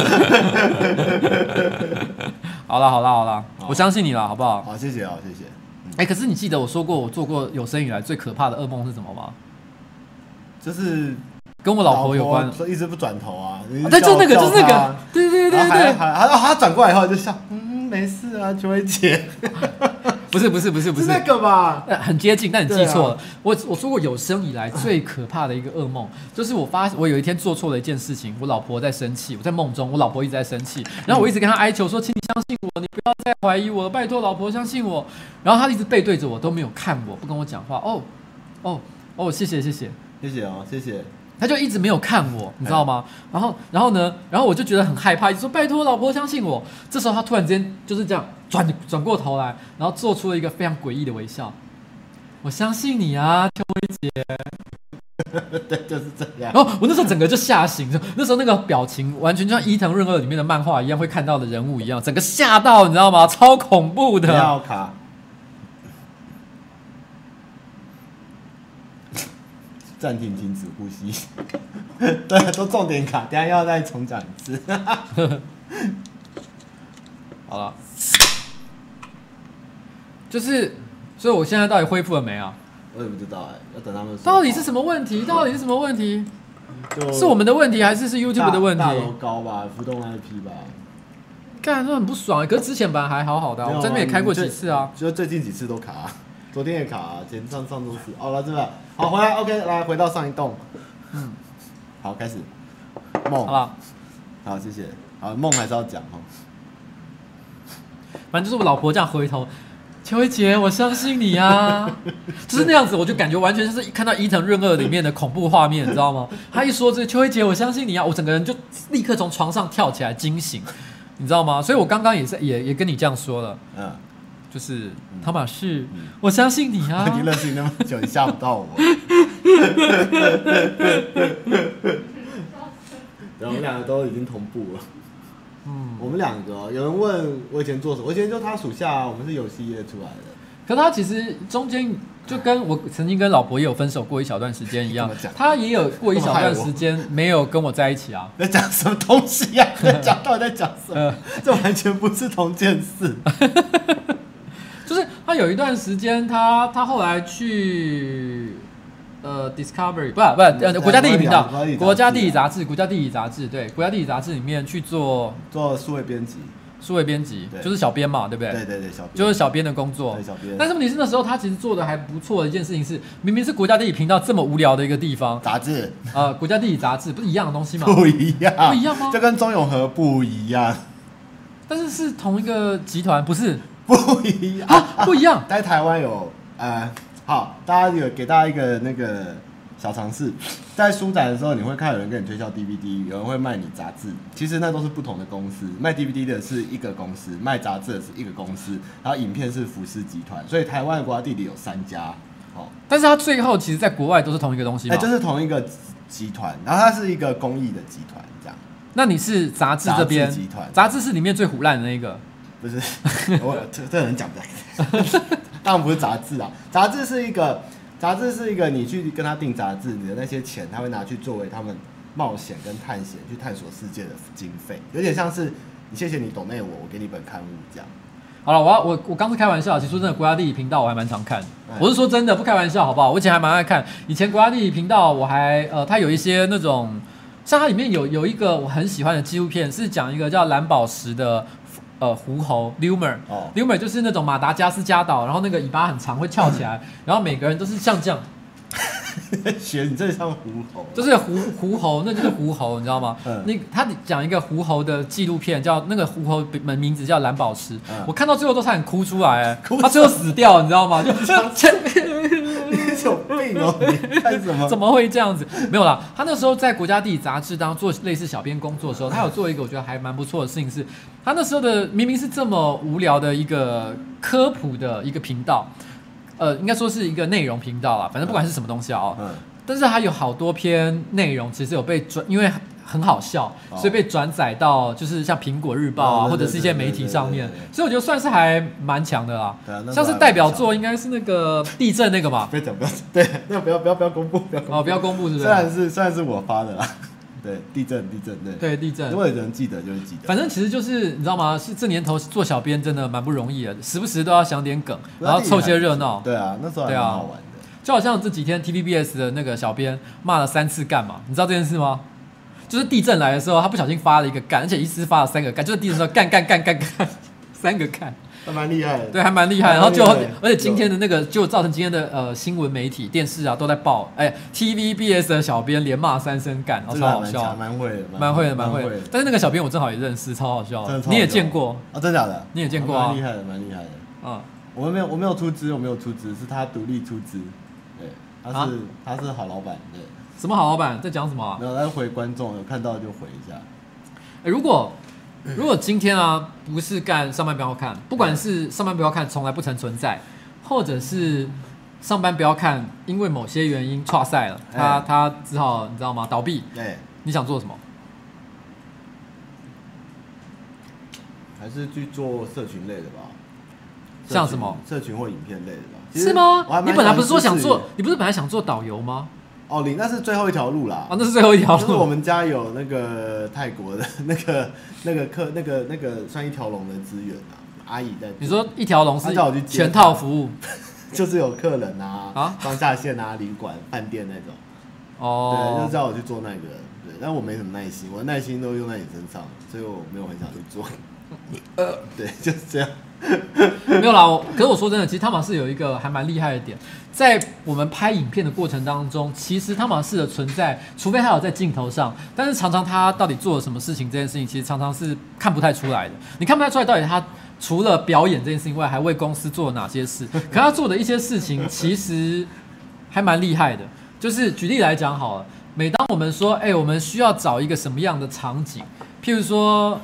好啦，我相信你了，好不好？ 好，谢谢。 可是你记得我说过，我做过有生以来最可怕的噩梦是什么吗？ 就是跟我老婆有关， 说一直不转头啊。 对，就是那个，对。 他转过来以后就笑，没事啊，秋薇姐。 不是那个吧？ 很接近，但你记错了。我说过有生以来最可怕的一个噩梦，就是我有一天做错了一件事情，我老婆在生气，我在梦中，我老婆一直在生气，然后我一直跟她哀求说，请你相信我，你不要再怀疑我了，拜托老婆相信我。然后她一直背对着我，都没有看我，不跟我讲话。谢谢。谢谢。他就一直没有看我，你知道吗？然后呢？然后我就觉得很害怕，一直说拜托老婆相信我。这时候他突然之间就是这样转过头来，然后做出了一个非常诡异的微笑。我相信你啊，秋薇姐。 对，就是这样。 然后我那时候整个就吓醒，那时候那个表情完全就像伊藤润二里面的漫画一样会看到的人物一样，整个吓到，你知道吗？超恐怖的。 不要卡。暂停，停止呼吸。对，都重点卡，等一下要再重讲一次。 好了，就是，所以我现在到底恢复了没啊？ 我也不知道要等他们说。 到底是什么问题？是我们的问题，还是 YouTube 的问题？ 大楼高吧，浮动 IP 吧。 干，都很不爽可是之前本来还好好的，我这边也开过几次啊。 就最近几次都卡昨天也卡上周四。来这边，好回来 ，OK， 来回到上一栋。好，开始。梦。 好了。 好，谢谢。好，梦还是要讲反正就是我老婆这样回头，秋薇姐，我相信你啊，就是那样子，我就感觉完全就是看到伊藤润二里面的恐怖画面，你知道吗？他一说这秋薇姐，我相信你啊，我整个人就立刻从床上跳起来惊醒，你知道吗？所以我刚刚也跟你这样说了，就是汤马士，我相信你啊！ 我已经认识你那么久，你吓不到我。然后我们两个都已经同步了。我们两个有人问我以前做什么，我以前就他属下，我们是游戏业出来的。 可他其实中间就跟我曾经跟老婆也有分手过一小段时间一样，他也有过一小段时间没有跟我在一起啊。 在讲什么东西啊？到底在讲什么？这完全不是同件事。 就是他有一段时间，他后来去Discovery 不国家地理频道，国家地理杂志，对，国家地理杂志里面去做数位编辑， 数位编辑就是小编嘛，对不对？ 对，小编就是小编的工作。 对，小编。 但是问题是那时候他其实做的还不错的一件事情是，明明是国家地理频道这么无聊的一个地方， 杂志， 国家地理杂志不是一样的东西吗？ 不一样， 不一样吗？ 就跟中永和不一样， 但是是同一个集团，不是？ 不一样不一样。 在台湾有好，给大家一个那个小尝试，在书展的时候，你会看有人跟你推销 DVD， 有人会卖你杂志，其实那都是不同的公司，卖 DVD 的是一个公司，卖杂志的是一个公司，然后影片是福斯集团，所以台湾的国家地理有3家， 但是它最后其实在国外都是同一个东西嘛， 就是同一个集团，然后它是一个公益的集团这样。 那你是杂志这边？ 集团， 杂志是里面最唬烂的那一个。 不是，这人讲不来。当然不是杂志啊，杂志是一个你去跟他订杂志，你的那些钱他会拿去作为他们冒险跟探险去探索世界的经费，有点像是谢谢你抖内我给你本刊物这样。 好了，我刚是开玩笑，其实说真的，国家地理频道我还蛮常看。我是说真的，不开玩笑，好不好？我以前还蛮爱看，以前国家地理频道我还它有一些那种，像它里面有一个我很喜欢的纪录片，是讲一个叫蓝宝石的。狐猴 Lemur 就是那种马达加斯加岛，然后那个尾巴很长会翘起来，然后每个人都是像这样。 学你这像狐猴， 就是狐猴，那就是狐猴，你知道吗？他讲一个狐猴的纪录片，叫那个狐猴名字叫蓝宝石。我看到最后都差点哭出来，他最后死掉，你知道吗？就你有病哦！你看什么？ 怎么会这样子？没有啦，他那时候在国家地理杂志当做类似小编工作的时候，他有做一个我觉得还蛮不错的事情是，他那时候的明明是这么无聊的一个科普的一个频道。应该说是一个内容频道啦，反正不管是什么东西啊，但是它有好多篇内容其实有被因为很好笑，所以被转载到就是像苹果日报啊，或者是一些媒体上面，所以我觉得算是还蛮强的啦。像是代表作应该是那个地震那个嘛， 不要讲，对，那不要公布， 不要公布，是不是？虽然是我发的啦。对，地震， 对地震， 如果有人记得就是记得。 反正其实就是你知道吗？是这年头做小编真的蛮不容易的，时不时都要想点梗，然后凑些热闹。 对啊，那时候还蛮好玩的。 就好像这几天 TVBS 的那个小编骂了3次干嘛？你知道这件事吗？就是地震来的时候，他不小心发了一个干，而且一次发了3个干，就是地震的时候干3个干。 还蛮厉害的， 对，还蛮厉害。然后而且今天的那个就造成今天的新闻媒体、电视啊都在报，TVBS 的小编连骂3声干，然后超好笑， 蛮会的。 但是那个小编我正好也认识，超好笑，你也见过啊？真假的？ 你也见过啊？ 蛮厉害的。我没有出资，是他独立出资。对，他是好老板。对， 什么好老板？在讲什么啊？ 没有，在回观众，有看到就回一下。 如果今天啊不是干上班不要看，不管是上班不要看从来不曾存在，或者是上班不要看因为某些原因挫赛了，他只好你知道吗倒闭，你想做什么？ 还是去做社群类的吧？ 像什么？ 社群或影片类的吧？ 是吗？你本来不是说想做，你不是本来想做导游吗？ 哦，那是最后一条路啦。 那是最后一条路。 就是我们家有那个泰国的那个算一条龙的资源啊，阿姨在。 你说一条龙是全套服务， 就是有客人啊，双下线啊，旅馆、饭店那种。哦。对，就叫我去做那个。对，但我没什么耐心，我的耐心都用在你身上，所以我没有很想去做。对，就是这样。 没有啦，可是我说真的，其实汤马士有一个还蛮厉害的点，在我们拍影片的过程当中，其实汤马士的存在，除非他有在镜头上，但是常常他到底做了什么事情，这件事情其实常常是看不太出来的。你看不太出来到底他除了表演这件事情外，还为公司做了哪些事？可他做的一些事情其实还蛮厉害的。就是举例来讲好了，每当我们说，我们需要找一个什么样的场景，譬如说，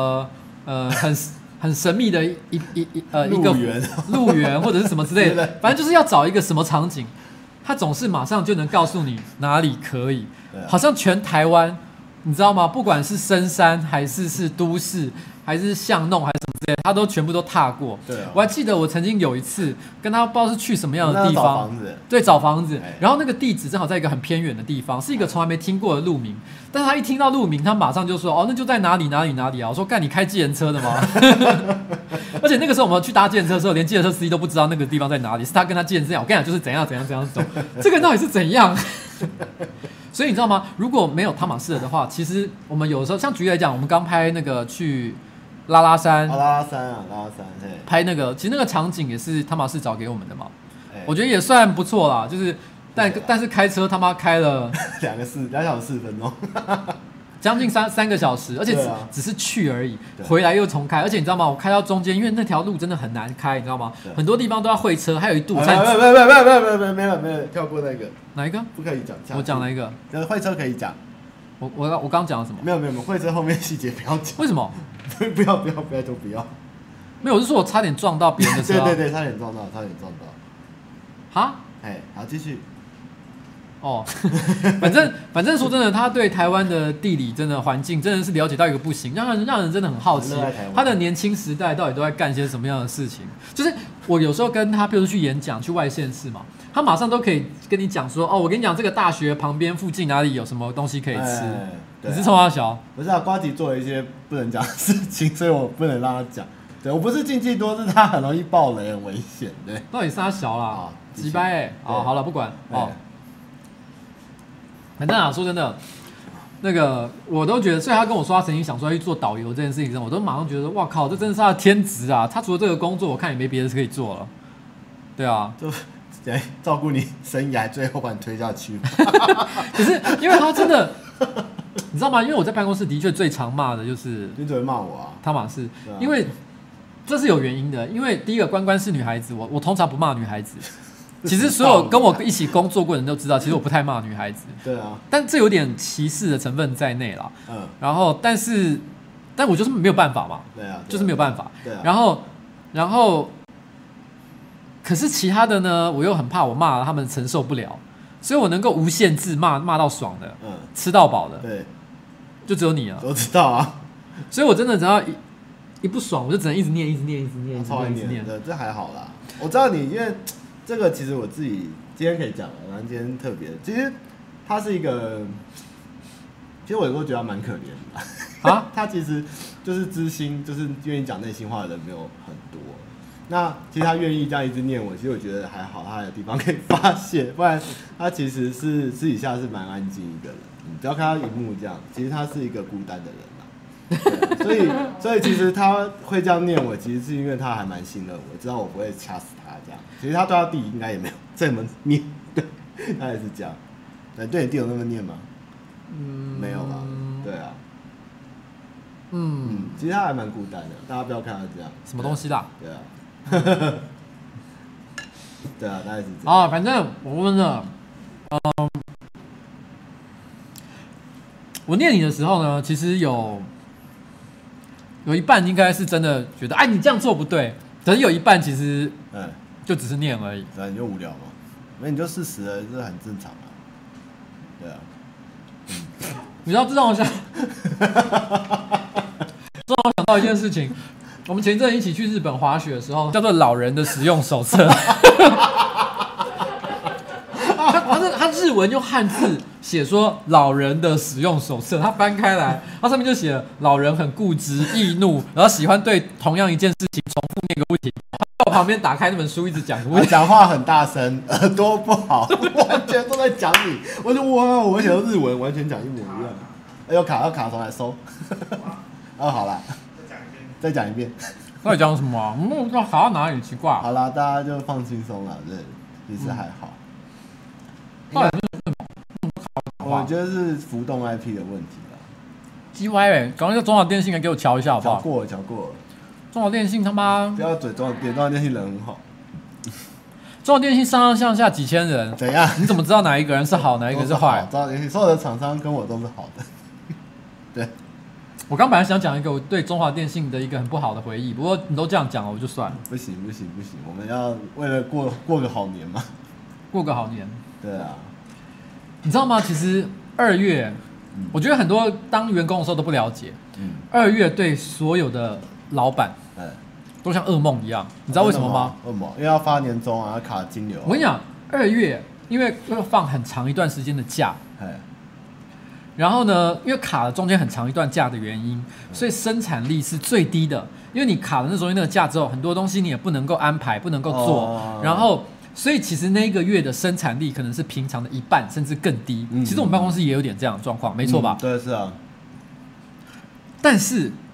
很神秘的一个路缘或者是什么之类的，反正就是要找一个什么场景，他总是马上就能告诉你哪里可以，好像全台湾，你知道吗？不管是深山还是都市，还是巷弄还是什么之类的，他都全部都踏过。对，我还记得我曾经有一次跟他不知道是去什么样的地方，找房子，然后那个地址正好在一个很偏远的地方，是一个从来没听过的路名。但是他一听到路名，他马上就说：“那就在哪里哪里哪里啊！”我说：“干，你开计程车的吗？”而且那个时候我们去搭计程车的时候，连计程车司机都不知道那个地方在哪里，是他跟他计程车讲：“我跟你讲，就是怎样走。”这个人到底是怎样？所以你知道吗？如果没有汤马士的话，其实我们有的时候，像举例来讲，我们刚拍那个去拉山， 拉拉山， 拍那个，其实那个场景也是汤马士找给我们的嘛，我觉得也算不错啦，就是但是开车他妈开了 2小时4分钟。 将近3个小时，而且只是去而已，回来又重开，而且你知道吗？我开到中间，因为那条路真的很难开，你知道吗？很多地方都要会车，还有一度没有，跳过那个。 哪一个？ 不可以讲。 我讲哪一个？ 会车可以讲。 我刚讲了什么？ 没有，会车后面细节不要讲。 为什么？ 不要，都不要。 没有，我是说我差点撞到别人的车。 对，差点撞到。 哈？ 好，继续。 哦，反正说真的，他对台湾的地理真的环境真的是了解到一个不行，让人真的很好奇，他的年轻时代到底都在干些什么样的事情。就是我有时候跟他，比如说去演讲，去外县市嘛，他马上都可以跟你讲说，哦，我跟你讲这个大学旁边附近哪里有什么东西可以吃。你是冲他小？ 不是啊，呱吉做了一些不能讲的事情，所以我不能让他讲。对我不是禁忌多，是他很容易爆雷，很危险。对， 到底是他小啦，鸡掰好了，不管哦。反正说真的，那个我都觉得，所以他跟我说他曾经想说要去做导游这件事情，我都马上觉得，哇靠，这真的是他的天职啊！他除了这个工作，我看也没别的可以做了。对啊， 就照顾你生涯，最后把你推下去。 可是因为他真的，你知道吗？因为我在办公室的确最常骂的就是， 你只会骂我啊， 汤马士，因为这是有原因的。因为第一个关是女孩子，我通常不骂女孩子。其实所有跟我一起工作过的人都知道，其实我不太骂女孩子。 对啊。但这有点歧视的成分在内啦。然后，但我就是没有办法嘛。 对啊。 就是没有办法。 对啊。 然后，可是其他的呢，我又很怕我骂了他们承受不了，所以我能够无限制骂到爽的，吃到饱的。 对。 就只有你了。 我知道啊。 所以我真的只要一不爽，我就只能一直念。 这还好啦。我知道你，因为。这个其实我自己今天可以讲了，然后今天特别，其实他是一个，其实我有时候觉得他蛮可怜的啊，他其实就是知心，就是愿意讲内心话的人没有很多。那其实他愿意这样一直念我，其实我觉得还好，他有地方可以发泄，不然他其实是私底下是蛮安静一个人。你不要看他荧幕这样，其实他是一个孤单的人。所以其实他会这样念我，其实是因为他还蛮信任我，知道我不会掐死他这样。其实他对他弟应该也没有这么念，对，他也是这样。对你弟有那么念吗？没有吧？对啊。其实他还蛮孤单的，大家不要看他这样。 什么东西啦？ 对啊。对啊，大概是这样。 啊，反正我问了，我念你的时候呢，其实有一半应该是真的觉得，哎，你这样做不对。可是有一半其实，就只是念而已。 你就无聊嘛，那你就事实了，这很正常啊。对啊。 你知道这让我想到一件事情，我们前阵一起去日本滑雪的时候，叫做老人的使用手册。他日文用汉字写说老人的使用手册，他翻开来，他上面就写了老人很固执、易怒，然后喜欢对同样一件事情重复念个不停。我旁边打开那本书，一直讲， 讲话很大声，耳朵不好，完全都在讲你。我就哇，我写的日文完全讲一模一样。要卡重来收。好啦，再讲一遍。 到底讲什么啊？我不知道卡到哪里，奇怪。 好啦，大家就放轻松了，对，其实还好。我觉得是浮动 IP 的问题啦。 鸡歪欸，赶快叫中华电信来给我瞧一下好不好？ 瞧过了。 中华电信他妈不要嘴中华电信人很好。 中华电信上下几千人， 怎样？ 你怎么知道哪一个人是好，哪一个是坏？ 中华电信所有的厂商跟我都是好的。对。 我刚本来想讲一个我对中华电信的一个很不好的回忆，不过你都这样讲了，我就算了。 不行，我们要为了过个好年嘛。 过个好年。对啊。 你知道吗？其实2月，我觉得很多当员工的时候都不了解。2月对所有的老板，都像噩梦一样。你知道为什么吗？ 噩梦，因为要发年终啊，要卡金流。 我跟你讲，2月因为要放很长一段时间的假。然后呢，因为卡了中间很长一段假的原因，所以生产力是最低的。因为你卡了那中间那个假之后，很多东西你也不能够安排，不能够做。然后，所以其实那一个月的生产力可能是平常的1半，甚至更低。其实我们办公室也有点这样的状况，没错吧？ 对，是啊。 但是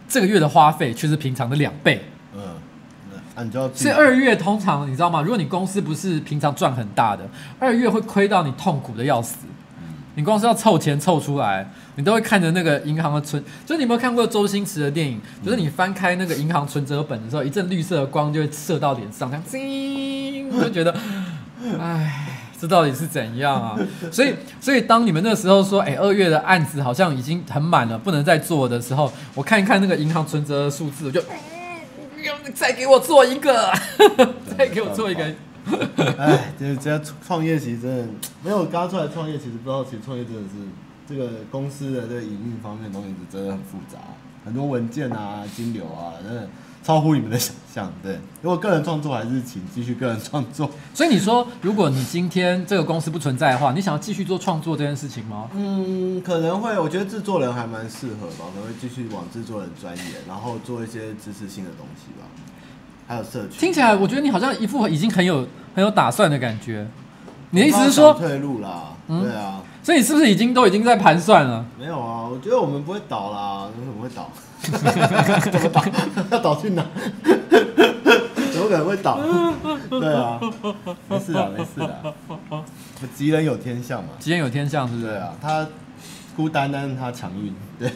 这个月的花费却是平常的2倍。 你就要所以2月通常你知道吗？如果你公司不是平常赚很大的，2月会亏到你痛苦的要死。你光是要凑钱凑出来，你都会看着那个银行的就是你有没有看过周星驰的电影？就是你翻开那个银行存折本的时候，一阵绿色的光就会射到脸上，这样叮，就觉得，哎，这到底是怎样啊？所以当你们那时候说，2月的案子好像已经很满了，不能再做的时候，我看一看那个银行存折的数字，我就。再给我做一个，再给我做一个。 哎，这创业其实真的没有刚出来创业，其实不知道，其实创业真的是这个公司的这个营运方面的东西是真的很复杂，很多文件啊、金流啊，真的超乎你们的想象。对，如果个人创作，还是请继续个人创作。 所以你说，如果你今天这个公司不存在的话，你想要继续做创作这件事情吗？ 可能会，我觉得制作人还蛮适合吧，可能会继续往制作人专业，然后做一些知识性的东西吧，还有社区。 听起来，我觉得你好像一副已经很有打算的感觉。你的意思是说退路啦？对啊。 所以你是不是已经在盘算了？ 没有啊，我觉得我们不会倒啦，怎么会倒？怎么倒？要倒去哪？怎么可能会倒？对啊，没事啦，没事啦。吉人有天相嘛， 吉人有天相是不是？ 对啊，他孤单，但是他强运。对。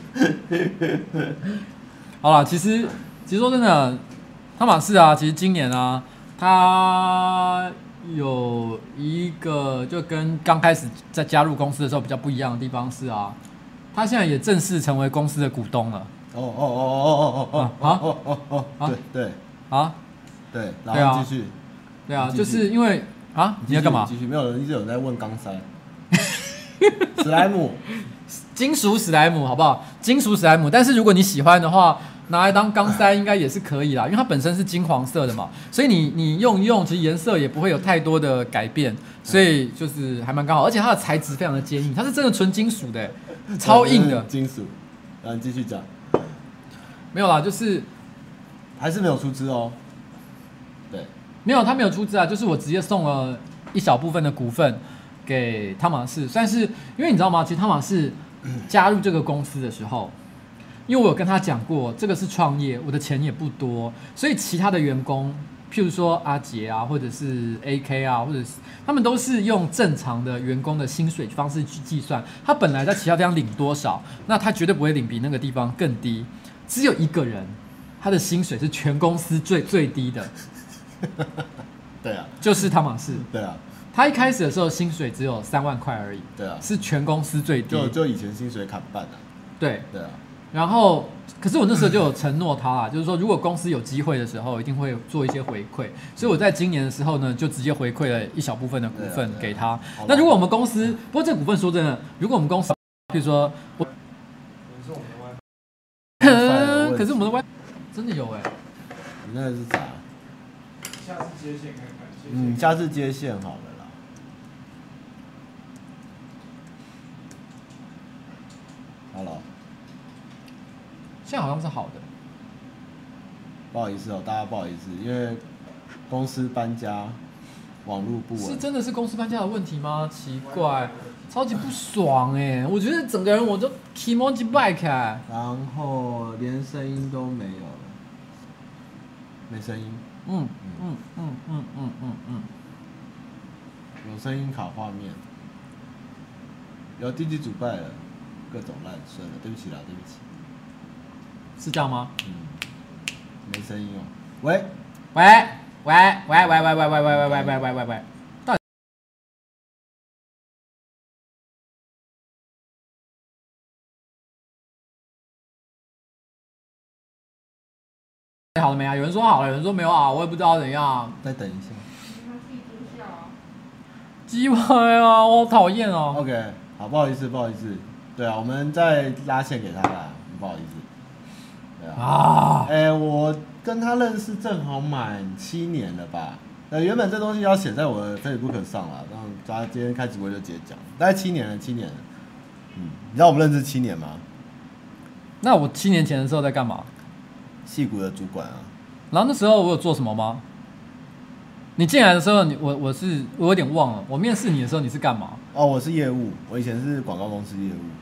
好啦，其实说真的，汤马士啊，其实今年啊，他有一个就跟刚开始在加入公司的时候比较不一样的地方是啊，他现在也正式成为公司的股东了。 对啊， 对，然后继续。 对啊，就是因为啊，你要干嘛？ 继续，没有人一直有在问钢塞。史莱姆， 金属史莱姆好不好？金属史莱姆，但是如果你喜欢的话，拿来当钢塞应该也是可以啦，因为它本身是金黄色的嘛，所以你用一用，其实颜色也不会有太多的改变，所以就是还蛮刚好，而且它的材质非常的坚硬，它是真的纯金属的，超硬的金属。然后继续讲， 没有啦，就是还是没有出资哦。对， 没有，他没有出资啊，就是我直接送了一小部分的股份给汤马士，算是因为你知道吗？其实汤马士加入这个公司的时候，因为我有跟他讲过，这个是创业，我的钱也不多，所以其他的员工，譬如说阿杰啊，或者是 AK 啊，或者是他们都是用正常的员工的薪水方式去计算，他本来在其他地方领多少，那他绝对不会领比那个地方更低。只有一个人，他的薪水是全公司最低的。 对啊， 就是汤马士。 对啊。 他一开始的时候薪水只有3万块而已， 对啊， 是全公司最低， 就以前薪水砍半啊。 对啊， 然后可是我那时候就有承诺他啦，就是说如果公司有机会的时候，一定会做一些回馈，所以我在今年的时候呢，就直接回馈了一小部分的股份给他。那如果我们公司，不过这股份说真的，如果我们公司，比如说我，可是我们的 WiFi 真的有哎， 你那个是咋？ 下次接线看看。 下次接线好了啦。Hello， 现在好像是好的。 不好意思哦，大家不好意思，因为公司搬家，网络不稳。 是真的是公司搬家的问题吗？奇怪，超级不爽哎！我觉得整个人我都 kimoji back 哎。 然后连声音都没有了，没声音。有声音卡画面，有地基主败了，各种烂算了，对不起啦，对不起。 是这样吗？ 没声音哦。喂， 到底好了没啊？有人说好了，有人说没有啊，我也不知道怎样。 再等一下。 机会啊，我好讨厌哦。 OK， 好，不好意思。对啊，我们再拉线给他啦，不好意思。对啊。我跟他认识正好满7年了吧？原本这东西要写在我的 Facebook 上啦，然后他今天开直播就直接讲，大概7年了。你知道我们认识7年吗？ 那我7年前的时候在干嘛？ 矽谷的主管啊。 然后那时候我有做什么吗？你进来的时候，我有点忘了。我面试你的时候你是干嘛？ 哦，我是业务，我以前是广告公司业务。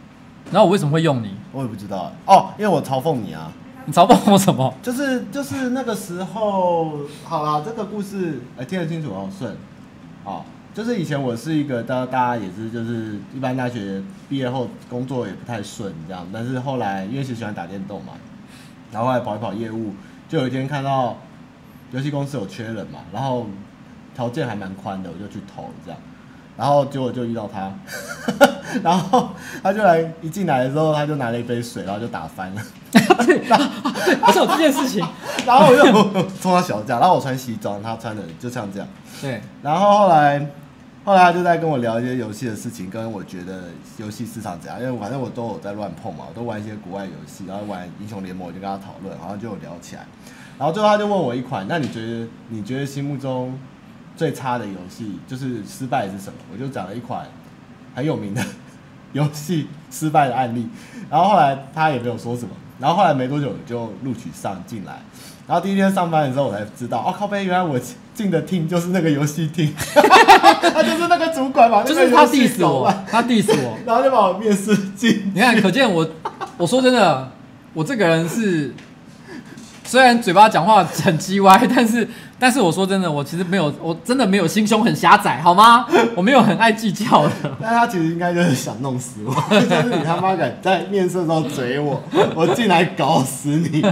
然后我为什么会用你？ 我也不知道哦，因为我嘲讽你啊。 你嘲讽我什么？ 就是那个时候，好啦，这个故事听得清楚哦，顺，哦，就是以前我是一个大家也是就是一般大学毕业后工作也不太顺这样，但是后来因为喜欢打电动嘛，然后后来跑一跑业务，就有一天看到游戏公司有缺人嘛，然后条件还蛮宽的，我就去投这样。然后结果就遇到他，然后他就一进来的时候，他就拿了一杯水，然后就打翻了。 对，不是有这件事情。 然后我就冲他小架，然后我穿西装，他穿的就像这样。 对。 然后后来他就在跟我聊一些游戏的事情，跟我觉得游戏市场怎样，因为反正我都有在乱碰嘛，我都玩一些国外游戏，然后玩英雄联盟，我就跟他讨论，然后就有聊起来。然后最后他就问我一款，那你觉得心目中最差的游戏就是失败是什么？我就讲了一款很有名的游戏失败的案例，然后后来他也没有说什么，然后后来没多久就录取进来，然后第一天上班的时候我才知道，哦靠北，原来我进的 team 就是那个游戏 team， 他就是那个主管嘛， 就是他 diss 我， 然后就把我面试进。 你看，可见我说真的，我这个人是。虽然嘴巴讲话很叽歪，但是我说真的，我其实我真的没有心胸很狭窄，好吗？我没有很爱计较的。 但他其实应该就是想弄死我，就是你他妈敢在面试的时候嘴我，我进来搞死你！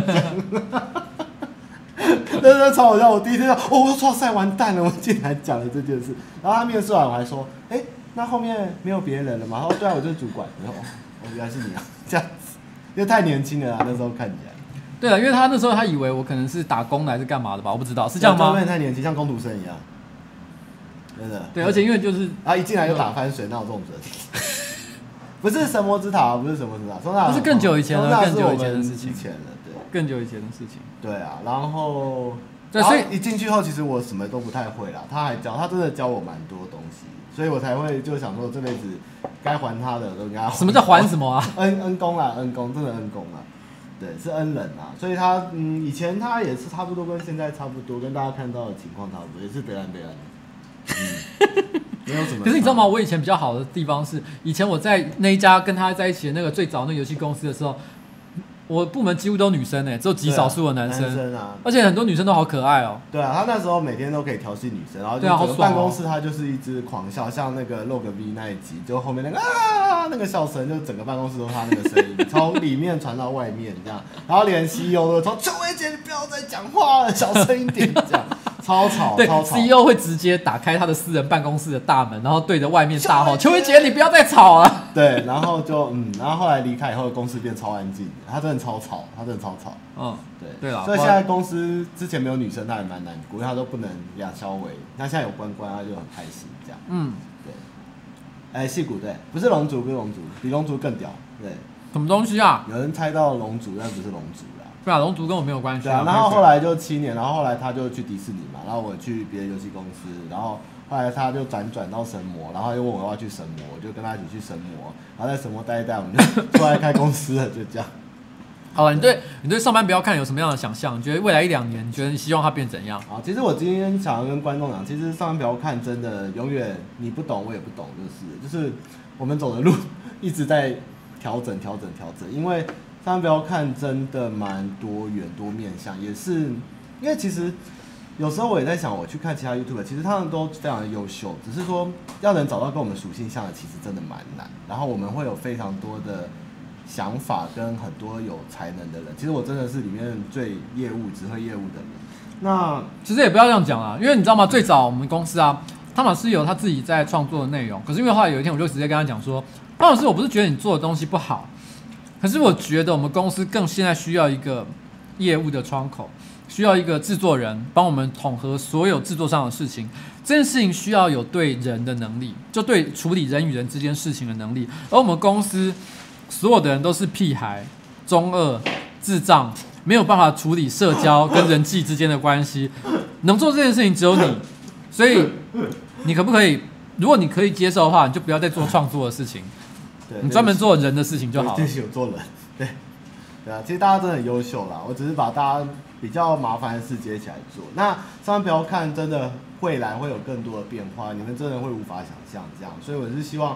真的超好笑！我第一天我操塞完蛋了，我进来讲了这件事，然后他面试完我还说，那后面没有别人了吗？他说对啊，我就是主管。然后原来是你啊，这样子，因为太年轻了啊，那时候看起来。 对了，因为他那时候他以为我可能是打工的还是干嘛的吧，我不知道是这样吗？ 对，太年轻，像工读生一样，真的。 对，而且因为就是一进来就打翻水，哪有这种人？不是神魔之塔，不是神魔之塔，那是更久以前了，更久以前的事情。 对， 更久以前的事情。 对啊，然后对，所以一进去后，其实我什么都不太会啦，他真的教我蛮多东西，所以我才会就想说这辈子该还他的都应该还。 什么叫还什么啊？ 恩公啦，恩公，真的恩公啦。对，是恩人啊，所以他以前他也是差不多跟现在差不多，跟大家看到的情况差不多，也是北岸的，没有什么。 可是你知道吗？我以前比较好的地方是，以前我在那一家跟他在一起的那个最早那个游戏公司的时候，我部门几乎都女生只有极少数的男生啊， 而且很多女生都好可爱哦。 对啊，他那时候每天都可以调戏女生，然后就整个办公室他就是一直狂笑，像那个 Log V 那一集，就后面那个那个笑声，就整个办公室都是他那个声音，从里面传到外面这样，然后连 CEO 都说：“邱薇姐，你不要再讲话了，小声一点。”这样超吵， 对， 超吵。 CEO 会直接打开他的私人办公室的大门，然后对着外面大吼：“邱薇姐，你不要再吵了。” 对，然后然后后来离开以后，公司变超安静，他真的超吵，对啦。所以现在公司之前没有女生，他也蛮难过，因为他都不能两小尾，那现在有关，他就很开心这样。对。矽谷对，不是龙族，比龙族更屌。对。 什么东西啊？ 有人猜到龙族，但不是龙族啦。 对啊，龙族跟我没有关系。 对啊，然后后来就7年，然后后来他就去迪士尼嘛，然后我去别的游戏公司，然后后来他就转到神魔，然后又问我要不要去神魔，我就跟他一起去神魔，然后在神魔待一待，我们就出来开公司了，就这样。 好了，你对上班不要看有什么样的想象？你觉得未来1-2年，你觉得你希望它变怎样？ 好，其实我今天想要跟观众讲，其实上班不要看，真的永远你不懂，我也不懂，就是我们走的路一直在调整，因为上班不要看真的蛮多元多面向，也是因为其实有时候我也在想，我去看其他 YouTuber， 其实他们都非常的优秀，只是说要能找到跟我们属性像的，其实真的蛮难。然后我们会有非常多的想法跟很多有才能的人，其实我真的是里面最指挥业务的人。那其实也不要这样讲啊，因为你知道吗？最早我们公司啊，汤老师有他自己在创作的内容，可是因为后来有一天我就直接跟他讲说，汤老师，我不是觉得你做的东西不好，可是我觉得我们公司更现在需要一个业务的窗口，需要一个制作人帮我们统合所有制作上的事情。这件事情需要有对人的能力，就对处理人与人之间事情的能力。而我们公司所有的人都是屁孩、中二、智障，没有办法处理社交跟人际之间的关系。能做这件事情只有你，所以你可不可以？如果你可以接受的话，你就不要再做创作的事情，你专门做人的事情就好了。 对，有做人，对啊，其实大家真的很优秀啦，我只是把大家比较麻烦的事接起来做。那上班不要看，真的未来会有更多的变化，你们真的会无法想象这样，所以我是希望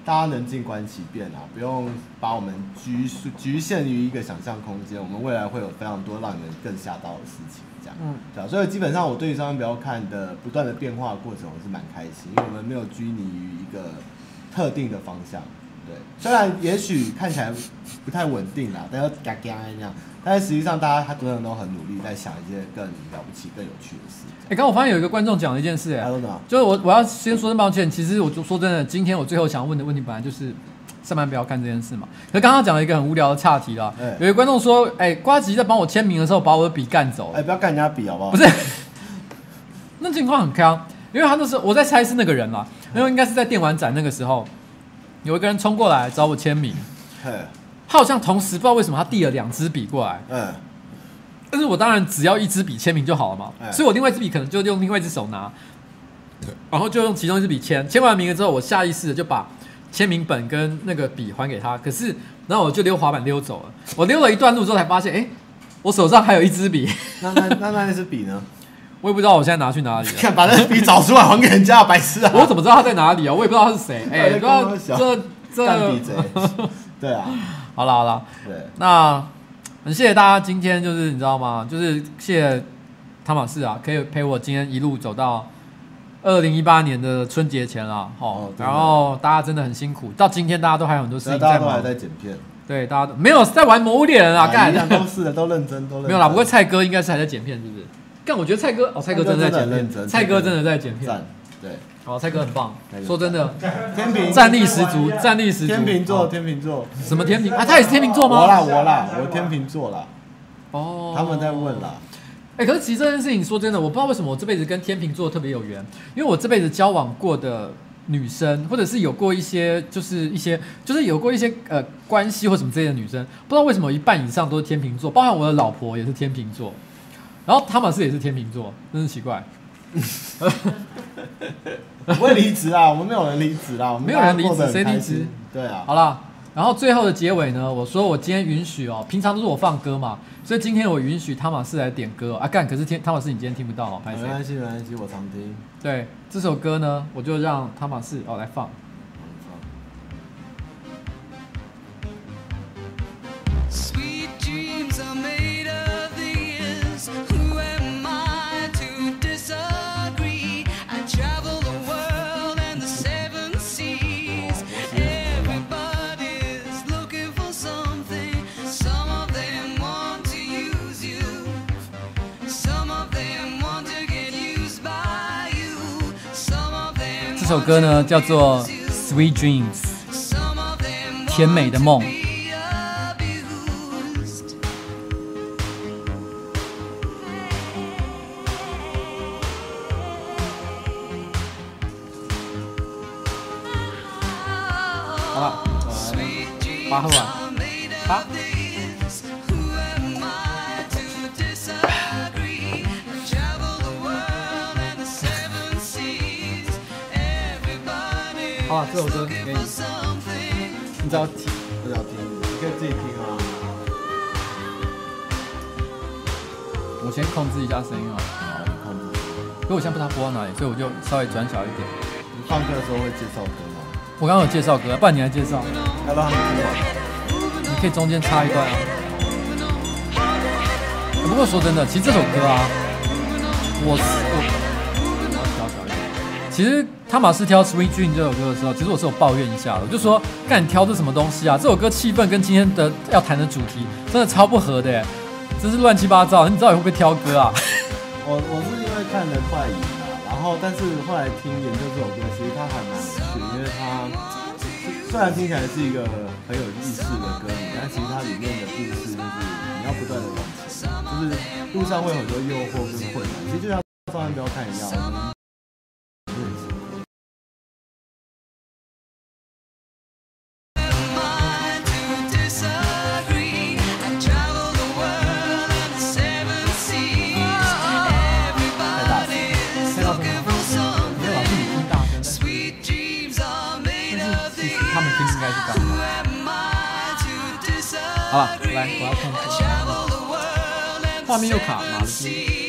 大家能静观其变啊，不用把我们局限于一个想象空间。我们未来会有非常多让你们更吓到的事情，这样。对啊，所以基本上我对于商标看的不断的变化的过程，我是蛮开心，因为我们没有拘泥于一个特定的方向。对，虽然也许看起来不太稳定啦，但是嘎嘎那样，但是实际上大家真的都很努力在想一些更了不起、更有趣的事。 刚我发现有一个观众讲了一件事，就是我要先说声抱歉。其实我说真的，今天我最后想问的问题本来就是上班不要看这件事嘛。可刚刚讲了一个很无聊的岔题啦。有一个观众说，呱吉在帮我签名的时候把我的笔干走了。 不要干人家笔好不好？ 不是，那情况很坑，因为他那时候我在猜是那个人啦，因为应该是在电玩展那个时候。有一个人冲过来找我签名，他好像同时不知道为什么他递了2支笔过来，但是我当然只要1支笔签名就好了嘛，所以我另外1支笔可能就用另外1只手拿，然后就用其中1支笔签完名了之后，我下意识的就把签名本跟那个笔还给他，可是然后我就溜滑板溜走了，我溜了一段路之后才发现，我手上还有1支笔， 那支笔呢？ 我也不知道我现在拿去哪里了。 看，把那笔找出来还给人家，白痴啊！ 我怎么知道他在哪里啊？我也不知道他是谁。不知道这干笔贼。对啊， 好了，对，那很谢谢大家今天就是你知道吗？就是谢谢汤马士啊，可以陪我今天一路走到2018年的春节前了，然后大家真的很辛苦，到今天大家都还有很多事情在忙， 大家都还在剪片。 对，大家都没有在玩《魔物猎人》啊，干都是的，都认真。没有啦，不过蔡哥应该是还在剪片，是不是？但我觉得蔡哥真的在剪片，蔡哥真的在剪片， 对， 好，蔡哥很棒，说真的， 天秤战力十足， 天秤座， 什么天秤啊？他也是天秤座吗？ 我天秤座啦。哦，他们在问啦。 可是其实这件事情说真的，我不知道为什么我这辈子跟天秤座特别有缘，因为我这辈子交往过的女生，或者是有过一些就是有过一些关系或什么之类的女生，不知道为什么1半以上都是天秤座，包含我的老婆也是天秤座。然后汤马士也是天秤座，真是奇怪。 不会离职啦，我们没有人离职啦， 没有人离职，谁离职？ 对啊。 好啦，然后最后的结尾呢，我说我今天允许平常都是我放歌嘛，所以今天我允许汤马士来点歌可是汤马士你今天听不到哦， 没关系，我常听。 对，这首歌呢，我就让汤马士来放。这首歌呢叫做 Sweet Dreams， 甜美的梦。好了，把喝完，好。好，这首歌给你，你只要听， 你可以自己听啊。 我先控制一下声音啊。 好，你控制。 因为我现在不知道播到哪里，所以我就稍微转小一点。 你放歌的时候会介绍歌吗？ 我刚刚有介绍歌，不然你来介绍。 要让他们听完。 你可以中间插一段啊。不过说真的，其实这首歌啊，我要调小一点。其实汤马士挑《Sweet Dream》这首歌的时候，其实我是有抱怨一下的，我就说，干你挑这什么东西啊？这首歌气氛跟今天的要谈的主题真的超不合的耶，真是乱七八糟。你知道你会不会挑歌啊？ 我是因为看了快影啊，然后但是后来听研究这首歌，其实它还蛮有趣，因为它虽然听起来是一个很有意思的歌名，但其实它里面的故事就是你要不断的往前，就是路上会有很多诱惑跟困难，其实就像上岸标看一样。 好了，来，我要控制。画面又卡，马了。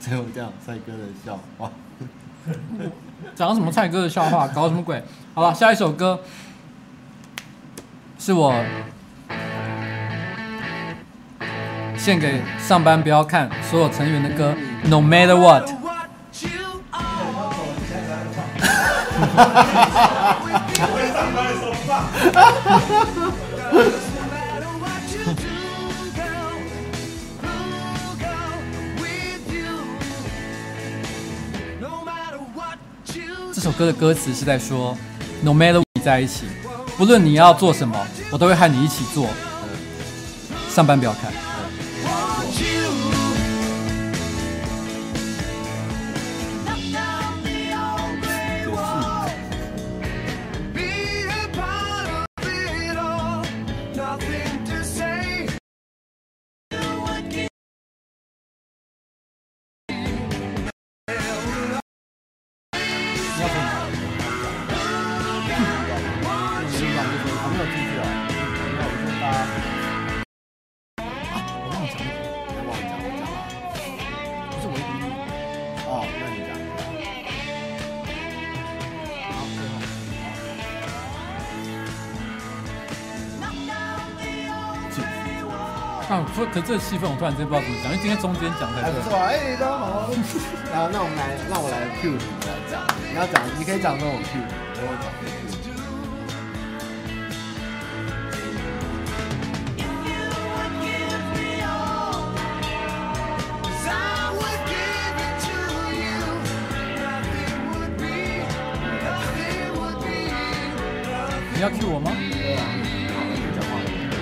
所以我讲蔡哥的笑话。 讲什么蔡哥的笑话？搞什么鬼？好了，下一首歌是我献给上班不要看所有成员的歌 ，No Matter What。 会上班的时候放。 这首歌的歌词是在说 ，No matter what 在一起，不论你要做什么，我都会和你一起做。上班不要看。可这个气氛我突然之间不知道怎么讲，因为今天中间讲才对。 不错，大家好。那让我来 Q 你来讲，你要讲，你可以讲那种 Q， 我讲 Q。 你要 Q 我吗？ 对啊，好，你讲话。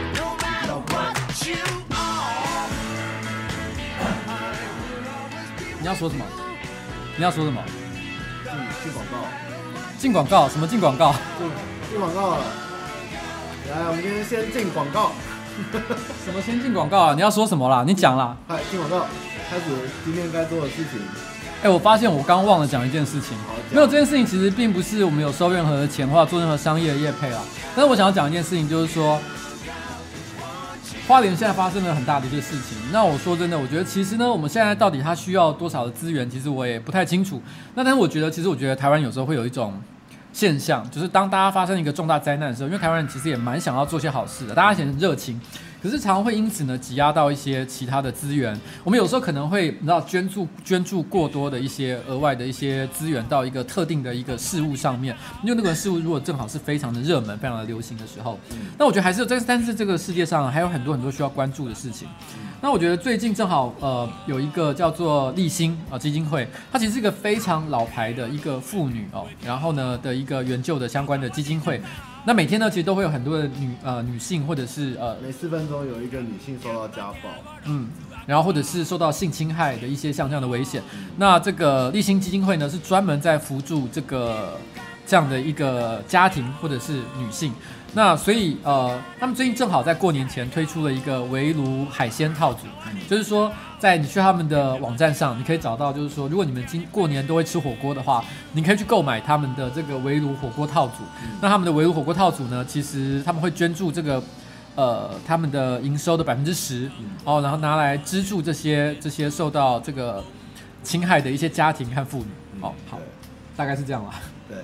你要说什么？你要说什么？ 进广告。 进广告？什么进广告？ 进广告了。来，我们今天先进广告。 什么先进广告啊？你要说什么啦？你讲啦。 嗨，进广告，开始今天该做的事情。 我发现我刚忘了讲一件事情。没有，这件事情其实并不是我们有收任何的钱或做任何商业的业配啦。但是我想要讲一件事情，就是说，花莲现在发生了很大的一个事情。那我说真的，我觉得其实呢，我们现在到底它需要多少的资源，其实我也不太清楚。但是我觉得台湾有时候会有一种现象，就是当大家发生一个重大灾难的时候，因为台湾人其实也蛮想要做些好事的，大家也很热情。可是常常会因此呢挤压到一些其他的资源，我们有时候可能会你知道捐助过多的一些额外的一些资源到一个特定的一个事物上面，因为那个事物如果正好是非常的热门、非常的流行的时候，那我觉得还是但是这个世界上还有很多需要关注的事情。那我觉得最近正好有一个叫做立新基金会，它其实是一个非常老牌的一个妇女然后呢的一个援救的相关的基金会。那每天呢，其实都会有很多的女性，或者是每4分钟有一个女性受到家暴， 然后或者是受到性侵害的一些像这样的危险。那这个立新基金会呢，是专门在扶助这样的一个家庭或者是女性。那所以他们最近正好在过年前推出了一个围炉海鲜套组，就是说在你去他们的网站上，你可以找到，就是说如果你们过年都会吃火锅的话，你可以去购买他们的这个围炉火锅套组。那他们的围炉火锅套组呢，其实他们会捐助这个他们的营收的10%，然后拿来资助这些受到这个侵害的一些家庭和妇女。好，大概是这样啦。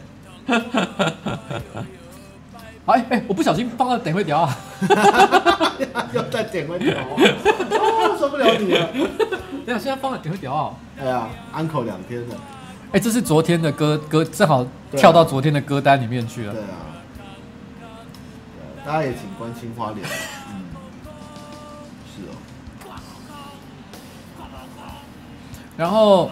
对。 我不小心放到点会屌啊！ 又在点会屌，受不了你了。 等下，现在放了点会屌啊！ 哎呀，uncle 2天了。 这是昨天的歌，正好跳到昨天的歌单里面去了。 对啊。大家也请关心花莲。是哦。 然后。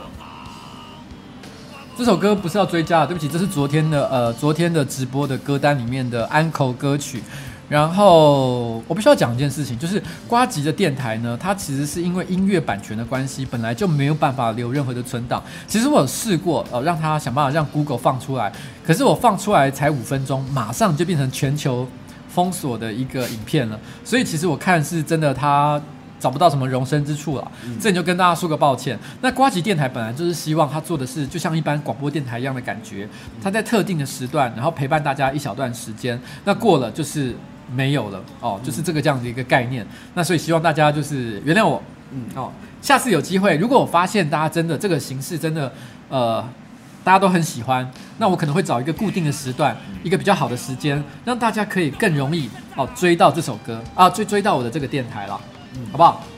这首歌不是要追加的，对不起，这是昨天的直播的歌单里面的安口歌曲。然后我必须要讲一件事情，就是呱吉的电台呢，它其实是因为音乐版权的关系，本来就没有办法留任何的存档。其实我有试过让它想办法让 Google 放出来，可是我放出来才5分钟，马上就变成全球封锁的一个影片了。所以其实我看是真的它找不到什么容身之处了，这里就跟大家说个抱歉。那呱吉电台本来就是希望他做的是就像一般广播电台一样的感觉，他在特定的时段，然后陪伴大家一小段时间，那过了就是没有了就是这样的一个概念。那所以希望大家就是原谅我， 下次有机会，如果我发现大家真的这个形式真的大家都很喜欢，那我可能会找一个固定的时段，一个比较好的时间，让大家可以更容易追到这首歌啊，追到我的这个电台了，好不好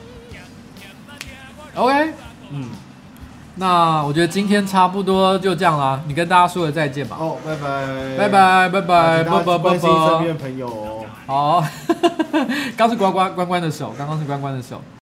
？OK， 那我觉得今天差不多就这样啦，你跟大家说个再见吧。 拜拜， 拜拜，拜拜，拜拜， 关心身边的朋友哦。 好，刚是关关的手，刚刚是关关的手。